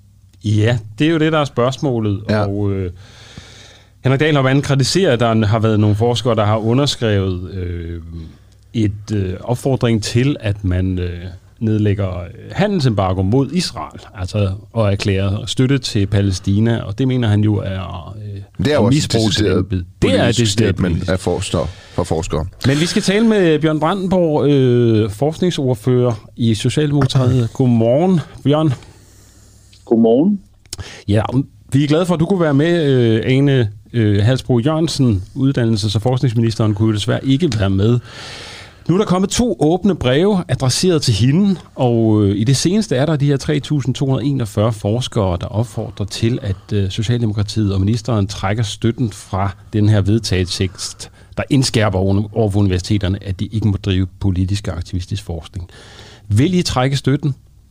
Speaker 1: Ja, det er jo det, der er spørgsmålet.
Speaker 2: Ja.
Speaker 1: Og øh, Henrik Dahl har blandt andet kritiseret, at der har været nogle forskere, der har underskrevet øh, et øh, opfordring til, at man øh, nedlægger handelsembargo mod Israel, altså og erklærer støtte til Palæstina, og det mener han jo er øh,
Speaker 2: det er jo også
Speaker 1: et det er det
Speaker 2: statement af forskere, for forskere.
Speaker 1: Men vi skal tale med Bjørn Brandenborg, øh, forskningsordfører i Socialdemokratiet. Godmorgen, Bjørn.
Speaker 8: Godmorgen.
Speaker 1: Ja, vi er glade for, at du kunne være med, øh, Ane øh, Halsbro Jørgensen, uddannelses- og forskningsministeren, kunne jo desværre ikke være med. Nu er der kommet to åbne breve adresseret til hende, og øh, i det seneste er der de her tre tusind to hundrede og enogfyrre forskere, der opfordrer til, at øh, Socialdemokratiet og ministeren trækker støtten fra den her vedtagelsestekst, der indskærper over for universiteterne, at de ikke må drive politisk og aktivistisk forskning. Vil I trække støtten?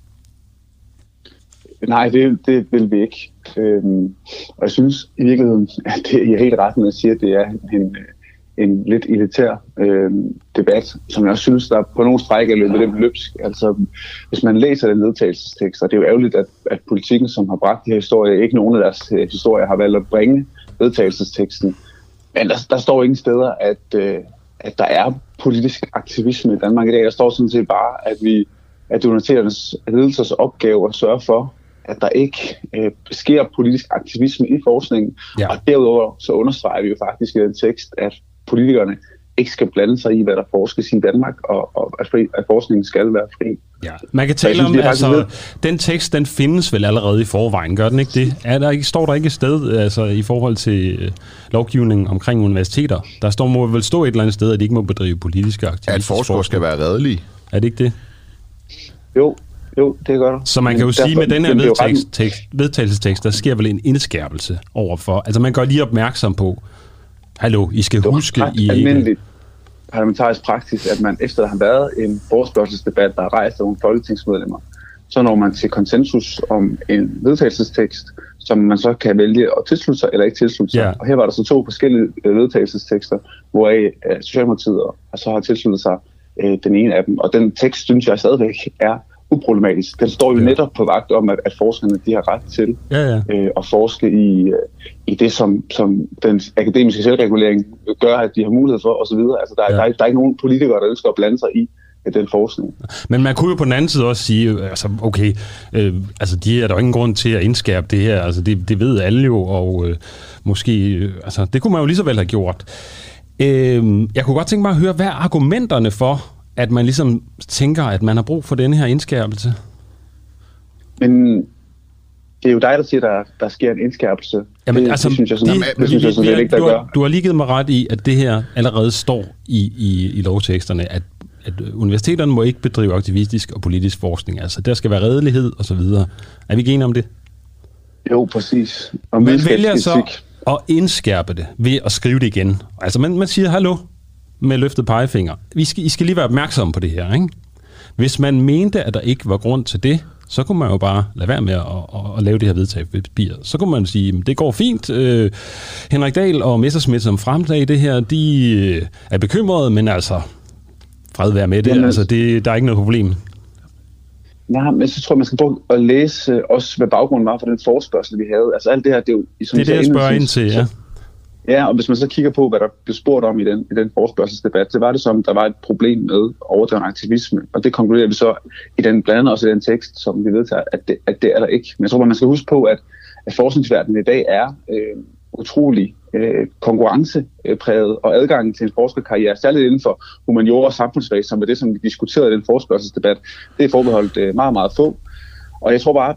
Speaker 8: Nej, det, det vil vi ikke. Øhm, og jeg synes i virkeligheden, at det er helt ret, når jeg siger, at det er en, en lidt elitær øhm, debat, som jeg også synes, der på nogle stræk er løbet lidt løbsk. Altså, hvis man læser den vedtagelsestekst, og det er jo ærgerligt, at, at politikken, som har bragt de her historier, ikke nogen af deres øh, historier har valgt at bringe vedtagelsesteksten. Men der, der står ingen steder, at, øh, at der er politisk aktivisme i Danmark i dag. Der står sådan set bare, at vi at universiteternes ledelsers opgave at sørge for, at der ikke øh, sker politisk aktivisme i forskningen. Ja. Og derudover så understreger vi jo faktisk i den tekst, at politikerne ikke skal blande sig i, hvad der forskes i Danmark, og, og at, fri, at forskningen skal være fri.
Speaker 1: Ja. Man kan tale synes, om, altså, den tekst, den findes vel allerede i forvejen, gør den ikke det? Er der ikke, står der ikke et sted, altså i forhold til øh, lovgivningen omkring universiteter? Der står, må vel stå et eller andet sted, at de ikke må bedrive politiske aktiviteter.
Speaker 2: At forskere skal være redelige.
Speaker 1: Er det ikke det?
Speaker 8: Jo, jo, det gør der.
Speaker 1: Så man kan jo sige, med den her vedtagelsestekst, vedtagelsestekst, der sker vel en indskærpelse overfor. Altså man gør lige opmærksom på, hallo, I skal huske, I
Speaker 8: ikke... parlamentarisk praksis, at man efter der har været en forespørgselsdebat, der er rejst af nogle folketingsmedlemmer, så når man til konsensus om en vedtagelsestekst, som man så kan vælge at tilslutte sig eller ikke tilslutte sig. Ja. Og her var der så to forskellige vedtagelsestekster, hvoraf Socialdemokratiet så har tilsluttet sig øh, den ene af dem. Og den tekst, synes jeg stadigvæk er uproblematisk. Den står jo ja. netop på vagt om, at, at forskerne de har ret til
Speaker 1: ja, ja.
Speaker 8: Øh, at forske i, i det, som, som den akademiske selvregulering gør, at de har mulighed for, osv. Altså, der, ja. der, er, der er ikke nogen politikere, der ønsker at blande sig i den forskning.
Speaker 1: Men man kunne jo på den anden side også sige, altså okay, øh, altså de er der jo ingen grund til at indskærpe det her, altså det, det ved alle jo, og øh, måske, øh, altså det kunne man jo lige så vel have gjort. Øh, jeg kunne godt tænke mig at høre, hvad er argumenterne for, at man ligesom tænker, at man har brug for denne her indskærpelse?
Speaker 8: Men det er jo dig, der siger, der, der sker en indskærpelse.
Speaker 1: Jamen,
Speaker 8: det,
Speaker 1: altså,
Speaker 8: det synes jeg sådan, det, det synes jeg sådan, det ikke, der
Speaker 1: du, har,
Speaker 8: gør.
Speaker 1: Du har lige givet mig ret i, at det her allerede står i, i, i lovteksterne, at, at universiteterne må ikke bedrive aktivistisk og politisk forskning. Altså, der skal være redelighed og så videre. Er vi ikke enige om det?
Speaker 8: Jo, præcis.
Speaker 1: Og man vælger så at indskærpe det ved at skrive det igen. Altså man, man siger, hallo, med løftet pegefinger. Vi skal, I skal lige være opmærksomme på det her, ikke? Hvis man mente, at der ikke var grund til det, så kunne man jo bare lade være med at, at, at lave det her vedtag ved papiret. Så kunne man sige, det går fint. Øh, Henrik Dahl og Messerschmidt, som fremlagde det her, de øh, er bekymrede, men altså, fred være med det. Jamen, altså, det, der er ikke noget problem.
Speaker 8: Nej, men så tror jeg, man skal prøve at læse også, hvad baggrunden var for den forespørgsel, vi havde. Altså alt det her, det er jo...
Speaker 1: Som det er det, jeg spørger ind til, ja.
Speaker 8: Ja, og hvis man så kigger på, hvad der blev spurgt om i den, i den forespørgselsdebat, så var det som, der var et problem med overdreven aktivisme. Og det konkluderer vi så i den, blandt andet også i den tekst, som vi vedtager, at det, at det er der ikke. Men jeg tror, man skal huske på, at, at forskningsverdenen i dag er øh, utrolig øh, konkurrencepræget, og adgangen til en forskerkarriere, særligt inden for humaniora og samfundsfag, som er det, som vi diskuterede i den forespørgselsdebat, det er forbeholdt øh, meget, meget få. Og jeg tror bare,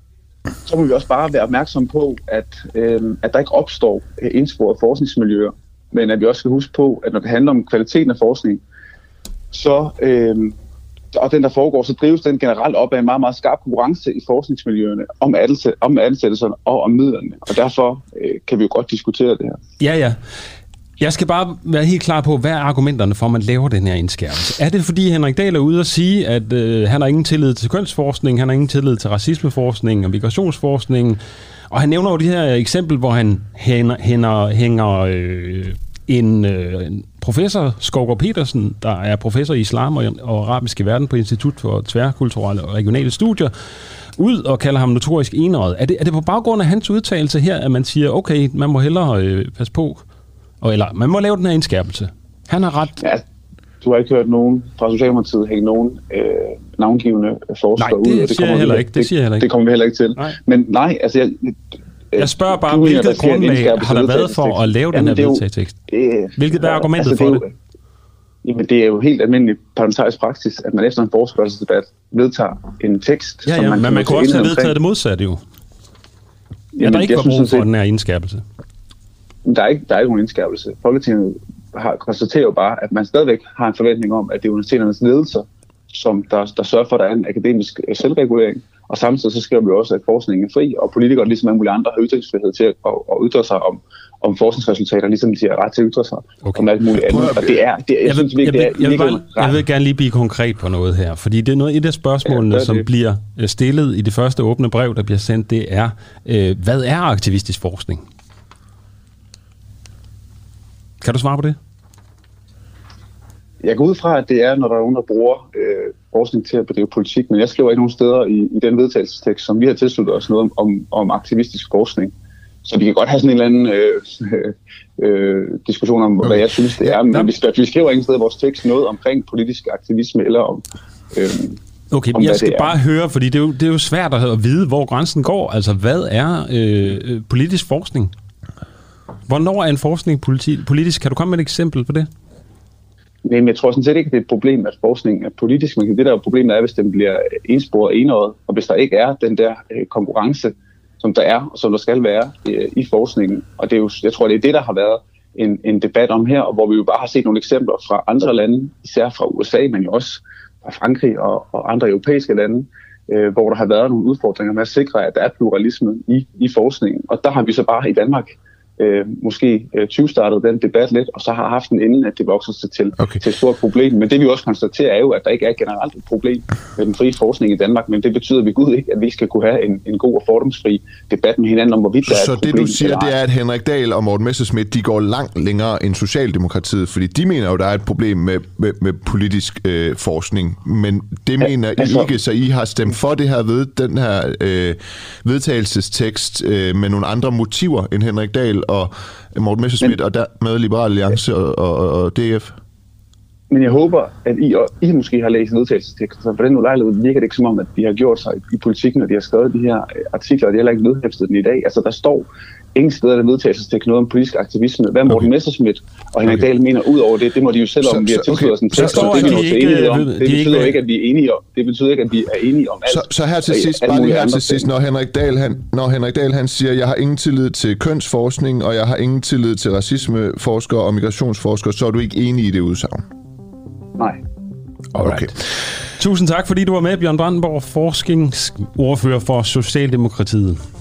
Speaker 8: så må vi også bare være opmærksom på, at, øh, at der ikke opstår øh, indsporede forskningsmiljøer, men at vi også skal huske på, at når det handler om kvaliteten af forskning, så, øh, og den der foregår, så drives den generelt op af en meget, meget skarp konkurrence i forskningsmiljøerne om, ansæt, om ansættelserne og om midlerne, og derfor øh, kan vi jo godt diskutere det her.
Speaker 1: Ja, ja. Jeg skal bare være helt klar på, hvad er argumenterne for, at man laver den her indskærpelse? Er det, fordi Henrik Dahl er ude at sige, at øh, han har ingen tillid til kønsforskning, han har ingen tillid til racismeforskning og migrationsforskning, og han nævner jo de her eksempel, hvor han hænger, hænger, hænger øh, en, øh, en professor, Skovgaard Petersen, der er professor i islam og, og arabiske verden på Institut for Tværkulturelle og Regionale Studier, ud og kalder ham notorisk enøjet. Er det, er det på baggrund af hans udtalelse her, at man siger, okay, man må hellere øh, passe på, og, eller man må lave den her indskærpelse? Han har ret.
Speaker 8: Ja, du har ikke hørt nogen fra Socialdemokratiet hænge nogen øh, navngivende forskere ud.
Speaker 1: Nej, det,
Speaker 8: det
Speaker 1: siger jeg heller ikke. Det, det siger jeg heller ikke.
Speaker 8: Det kommer vi heller ikke til. Nej. Men nej, altså jeg...
Speaker 1: Jeg spørger bare, du, hvilket grundlag har der været for at lave den her vedtagelsestekst? Hvilket er argumentet altså, for det?
Speaker 8: Jamen, det er jo helt almindelig parlamentarisk praksis, at man efter en forespørgselsdebat vedtager en tekst,
Speaker 1: ja, ja,
Speaker 8: som man
Speaker 1: men man kunne også have vedtaget det modsatte jo. Jamen, ja, der ikke var brug for den her indskærpelse.
Speaker 8: Der er ikke, der er ikke nogen indskærpelse. Folketinget har konstateret jo bare, at man stadigvæk har en forventning om, at det er universiteternes ledelser, som der, der sørger for, at der er en akademisk selvregulering. Og samtidig så skriver vi også, at forskningen er fri, og politikere, ligesom alle mulige andre, har ytringsfrihed til at, at, at ytre sig om, om forskningsresultater, ligesom de har ret til at ytre sig okay. om alt muligt andet. Og det er, det er, jeg, synes,
Speaker 1: jeg, det er, jeg, vil, bare, jeg vil gerne lige blive konkret på noget her, fordi det er noget, et af spørgsmålene, ja, som det. bliver stillet i det første åbne brev, der bliver sendt, det er, øh, hvad er aktivistisk forskning? Kan du svare på det?
Speaker 8: Jeg går ud fra, at det er, når der er nogen, der bruger øh, forskning til at bedrive politik, men jeg skriver ikke nogen steder i, i den vedtagelsestekst, som vi har tilsluttet os noget om, om, om aktivistisk forskning. Så vi kan godt have sådan en eller anden øh, øh, diskussion om, okay. hvad jeg synes, det er, men ja. vi, vi skriver ingen steder i vores tekst noget omkring politisk aktivisme eller om... Øh,
Speaker 1: Okay, om, jeg skal bare høre, fordi det er, jo, det er jo svært at vide, hvor grænsen går. Altså, hvad er øh, politisk forskning? Hvornår er en forskning politi- politisk? Kan du komme med et eksempel på det?
Speaker 8: Nej, men jeg tror sådan set ikke, at det er et problem, at forskning er politisk. Men det der problem er, hvis den bliver ensporet og enøjet, og hvis der ikke er den der øh, konkurrence, som der er, og som der skal være øh, i forskningen. Og det er jo, jeg tror, det er det, der har været en, en debat om her, hvor vi jo bare har set nogle eksempler fra andre lande, især fra U S A, men jo også fra Frankrig og, og andre europæiske lande, øh, hvor der har været nogle udfordringer med at sikre, at der er pluralisme i, i forskningen. Og der har vi så bare i Danmark øh, måske øh, tyve-startet den debat lidt, og så har haft den inden, at det vokser sig til, okay. til et stort problem. Men det vi også konstaterer er jo, at der ikke er generelt et problem med den frie forskning i Danmark, men det betyder ved Gud ikke, at vi skal kunne have en, en god og fordomsfri debat med hinanden om, hvorvidt der
Speaker 2: så
Speaker 8: er et problem.
Speaker 2: Så det du siger, det er, at Henrik Dahl og Morten Messerschmidt, de går langt længere end Socialdemokratiet, fordi de mener jo, der er et problem med, med, med politisk øh, forskning, men det ja, mener I altså, ikke, så I har stemt for det her ved, den her øh, vedtagelsestekst øh, med nogle andre motiver end Henrik Dahl og Morten Messerschmidt og der med Liberal Alliance og, og, og D F.
Speaker 8: Men jeg håber, at I, og I måske har læst vedtagelsestekster, så på den ulejlighed virker det ikke som om, at de har gjort sig i politikken, når de har skrevet de her artikler, og de har heller ikke vedhæftet den i dag. Altså, der står ingen steder, der vedtagelsestekst noget om politisk aktivisme. Hvad Morten okay. Messerschmidt og Henrik okay. Dahl mener ud over det, det må de jo selv om, så, vi har tilsluttet os en tekst, og det, de ikke, om. det betyder ikke, at vi er enige om. Det betyder ikke, at vi er enige om alt.
Speaker 2: Så, så her til sidst, bare lige her til sidst, når Henrik Dahl, han, når Henrik Dahl han siger, jeg har ingen tillid til kønsforskning, og jeg har ingen tillid til racismeforskere og migrationsforskere, så er du ikke enig i det udsagn?
Speaker 8: Nej.
Speaker 2: Okay.
Speaker 1: Tusind tak, fordi du var med, Bjørn Brandenborg, forskningsordfører for Socialdemokratiet.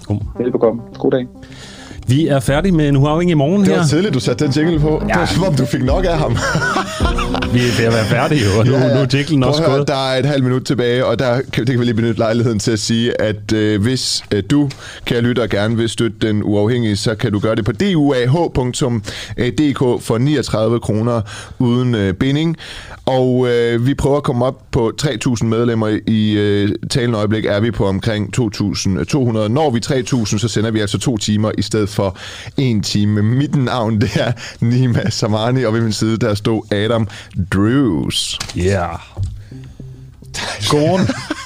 Speaker 1: Kom.
Speaker 8: Velbekomme. God dag.
Speaker 1: Vi er færdige med en uafhængig morgen her.
Speaker 2: Det var tidligt, du satte den jingle på. Ja. Det var som om, du fik nok af ham.
Speaker 1: Vi er ved at være færdige, og nu, ja, ja. nu er jinglen også
Speaker 2: høre,
Speaker 1: gået.
Speaker 2: Der er et halvt minut tilbage, og der, det kan vi lige benytte lejligheden til at sige, at øh, hvis øh, du, kære lytter, gerne vil støtte den uafhængige, så kan du gøre det på d u a h punktum d k for niogtredive kroner uden øh, binding. Og øh, vi prøver at komme op på tre tusind medlemmer i øh, talende øjeblik, er vi på omkring to tusind to hundrede. Når vi tre tusind, så sender vi altså to timer i stedet for en time. Mit navn, det er Nima Samani, og ved min side, der stod Adam Drews.
Speaker 1: Ja. Yeah. Godmorgen.